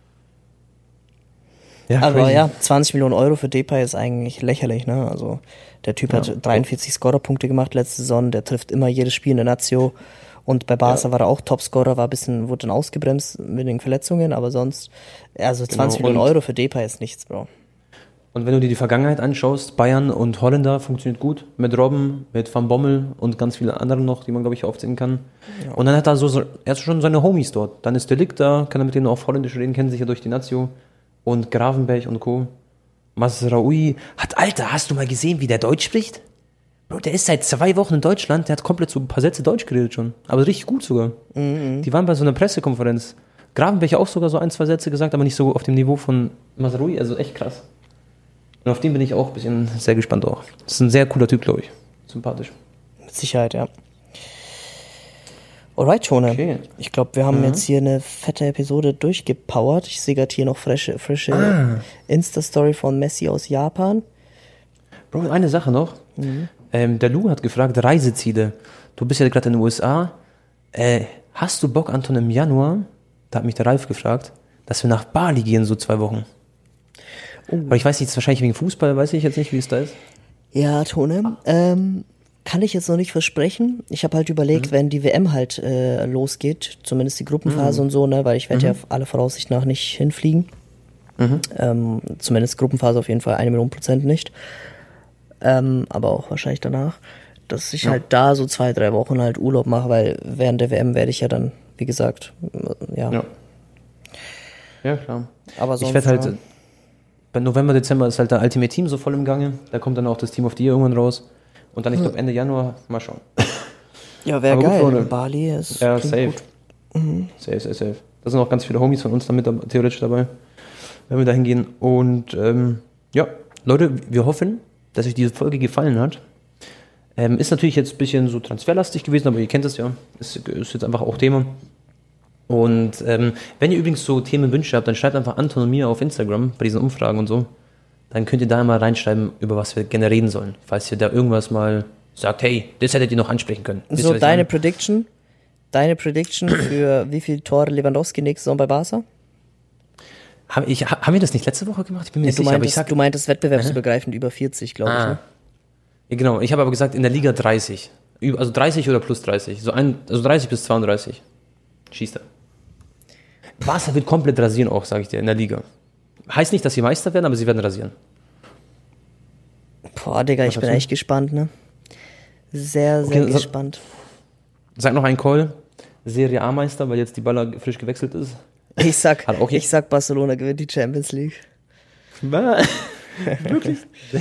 Ja, aber crazy. Ja, zwanzig Millionen Euro für Depay ist eigentlich lächerlich, ne? Also der Typ ja. hat dreiundvierzig Scorerpunkte gemacht letzte Saison, der trifft immer jedes Spiel in der Nazio und bei Barca ja. war er auch Topscorer, war ein bisschen, wurde dann ausgebremst mit den Verletzungen, aber sonst, also zwanzig genau. Millionen Euro für Depay ist nichts, Bro. Und wenn du dir die Vergangenheit anschaust, Bayern und Holländer funktioniert gut, mit Robben, mit Van Bommel und ganz viele anderen noch, die man, glaube ich, aufzählen kann. Ja. Und dann hat er so, so er hat schon seine Homies dort. Dann ist der Lick da, kann er mit denen auf Holländisch reden, kennen sich ja durch die Nazio. Und Gravenberg und Co. Masraoui hat, Alter, hast du mal gesehen, wie der Deutsch spricht? Bro, der ist seit zwei Wochen in Deutschland, der hat komplett so ein paar Sätze Deutsch geredet schon. Aber richtig gut sogar. Mhm. Die waren bei so einer Pressekonferenz. Gravenberg auch sogar so ein, zwei Sätze gesagt, aber nicht so auf dem Niveau von Masraoui, also echt krass. Und auf den bin ich auch ein bisschen sehr gespannt auch. Das ist ein sehr cooler Typ, glaube ich. Sympathisch. Mit Sicherheit, ja. Alright, Tone. Okay. Ich glaube, wir haben Mhm. jetzt hier eine fette Episode durchgepowert. Ich sehe gerade hier noch frische, frische Ah. Insta-Story von Messi aus Japan. Bro, eine Sache noch. Mhm. Ähm, der Lou hat gefragt, Reiseziele. Du bist ja gerade in den U S A. Äh, hast du Bock, Anton, im Januar, da hat mich der Ralf gefragt, dass wir nach Bali gehen, so zwei Wochen? Oh. Aber ich weiß nicht, das ist wahrscheinlich wegen Fußball, weiß ich jetzt nicht, wie es da ist. Ja, Tone. Ähm, kann ich jetzt noch nicht versprechen. Ich habe halt überlegt, Mhm. wenn die W M halt äh, losgeht, zumindest die Gruppenphase Mhm. und so, ne, weil ich werde Mhm. ja alle Voraussicht nach nicht hinfliegen. Mhm. Ähm, zumindest Gruppenphase auf jeden Fall eine Million Prozent nicht. Ähm, aber auch wahrscheinlich danach. Dass ich Ja. halt da so zwei, drei Wochen halt Urlaub mache, weil während der W M werde ich ja dann, wie gesagt, äh, ja. Ja, ja klar. Aber sonst, Ich werde halt, ja. äh, bei November, Dezember ist halt der Ultimate Team so voll im Gange. Da kommt dann auch das Team of the Year irgendwann raus. Und dann, ich glaube, Ende Januar, mal schauen. Ja, wäre Aber gut, geil. Freunde. Bali ist Ja, klingt safe. gut. Mhm. Safe, safe, safe. Da sind auch ganz viele Homies von uns damit dab- theoretisch dabei, wenn wir da hingehen. Und ähm, ja, Leute, wir hoffen, dass euch diese Folge gefallen hat. Ähm, ist natürlich jetzt ein bisschen so transferlastig gewesen, aber ihr kennt es ja. Ist, ist jetzt einfach auch Thema. Und ähm, wenn ihr übrigens so Themenwünsche habt, dann schreibt einfach Anton und mir auf Instagram bei diesen Umfragen und so. Dann könnt ihr da mal reinschreiben, über was wir gerne reden sollen. Falls ihr da irgendwas mal sagt, hey, das hättet ihr noch ansprechen können. Wisst ihr, So, was ich deine meine? Prediction? Deine Prediction für wie viel Tore Lewandowski nächste Saison bei Barca? Haben, ich, haben wir das nicht letzte Woche gemacht? Ich bin mir nicht Du sicher, aber ich meintest, sag... du meintest wettbewerbsübergreifend über vierzig, glaube ich. Ah. Ne? Ja, genau, ich habe aber gesagt, in der Liga dreißig. Über- Also dreißig oder plus dreißig. So ein, also dreißig bis zweiunddreißig. Schießt er. Barca wird komplett rasieren auch, sage ich dir, in der Liga. Heißt nicht, dass sie Meister werden, aber sie werden rasieren. Boah, Digga, ich Was bin hast du? echt gespannt, ne? Sehr, sehr Okay, so- gespannt. Sag noch ein Call. Serie A-Meister, weil jetzt die Baller frisch gewechselt ist. Ich sag, Hat auch ich sag, Barcelona gewinnt die Champions League. Wirklich?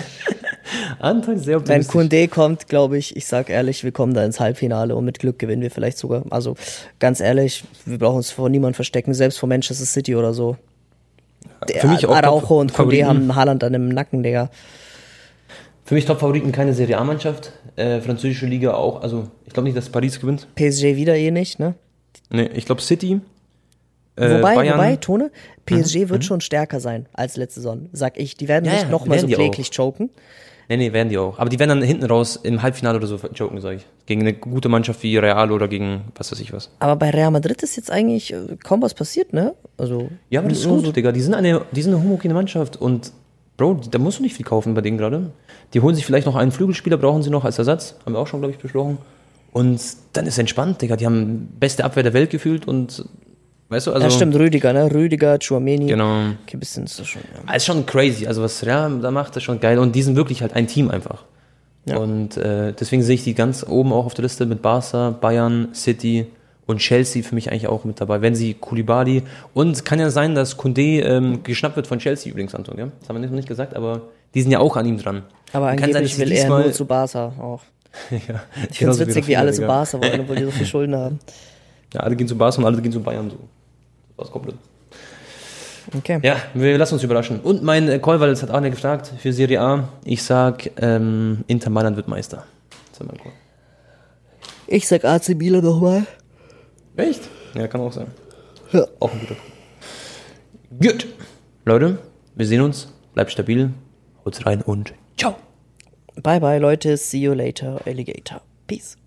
Anton, sehr Wenn optimistisch. Koundé kommt, glaube ich, ich sag ehrlich, wir kommen da ins Halbfinale und mit Glück gewinnen wir vielleicht sogar. Also ganz ehrlich, wir brauchen uns vor niemandem verstecken, selbst vor Manchester City oder so. Der Für mich auch Araujo und Koundé Top-Favoriten. haben Haaland an dem Nacken, Digga. Für mich Top-Favoriten keine Serie A-Mannschaft. Äh, französische Liga auch. Also, ich glaube nicht, dass Paris gewinnt. P S G wieder eh nicht, ne? Nee, ich glaube City. Äh, wobei, Bayern. wobei, Tone, P S G Mhm, wird mhm. schon stärker sein als letzte Saison, sag ich. Die werden Ja, nicht ja, nochmal so werden die kläglich choken. Nee, nee, werden die auch. Aber die werden dann hinten raus im Halbfinale oder so joken, sag ich. Gegen eine gute Mannschaft wie Real oder gegen was weiß ich was. Aber bei Real Madrid ist jetzt eigentlich äh, kaum was passiert, ne? Also, Ja, aber das ist nur gut, so- Digga. Die sind eine, die sind eine homogene Mannschaft und Bro, da musst du nicht viel kaufen bei denen gerade. Die holen sich vielleicht noch einen Flügelspieler, brauchen sie noch als Ersatz. Haben wir auch schon, glaube ich, besprochen. Und dann ist entspannt, Digga. Die haben beste Abwehr der Welt gefühlt und weißt du, also. ja, stimmt, Rüdiger, ne? Rüdiger, Chouameni. Genau. Okay, bisschen ist das schon, ja. Das ist schon crazy. Also was Real da macht, ist schon geil. Und die sind wirklich halt ein Team einfach. Ja. Und äh, deswegen sehe ich die ganz oben auch auf der Liste mit Barca, Bayern, City und Chelsea für mich eigentlich auch mit dabei. Wenn sie Koulibaly und kann ja sein, dass Koundé ähm, geschnappt wird von Chelsea übrigens, Anton, ja? Das haben wir noch nicht gesagt, aber die sind ja auch an ihm dran. Aber Kann sein, angeblich dass sie will er diesmal- nur zu Barca auch. ja, Ich finde es genauso witzig, wie Rafinha, alle zu Digga. Barca wollen, obwohl die so viel Schulden haben. Ja, alle gehen zu Barca und alle gehen zu Bayern so. Das ist komplett. Okay. Ja, wir lassen uns überraschen. Und mein äh, Call, weil es hat Arne gefragt, für Serie A, ich sag, ähm, Inter Mailand wird Meister. Das ist mein Call. Ich sag A C Milan nochmal. Echt? Ja, kann auch sein. Ja. Auch ein guter Call. Gut. Leute, wir sehen uns. Bleibt stabil. Haut rein und ciao. Bye bye, Leute. See you later, Alligator. Peace.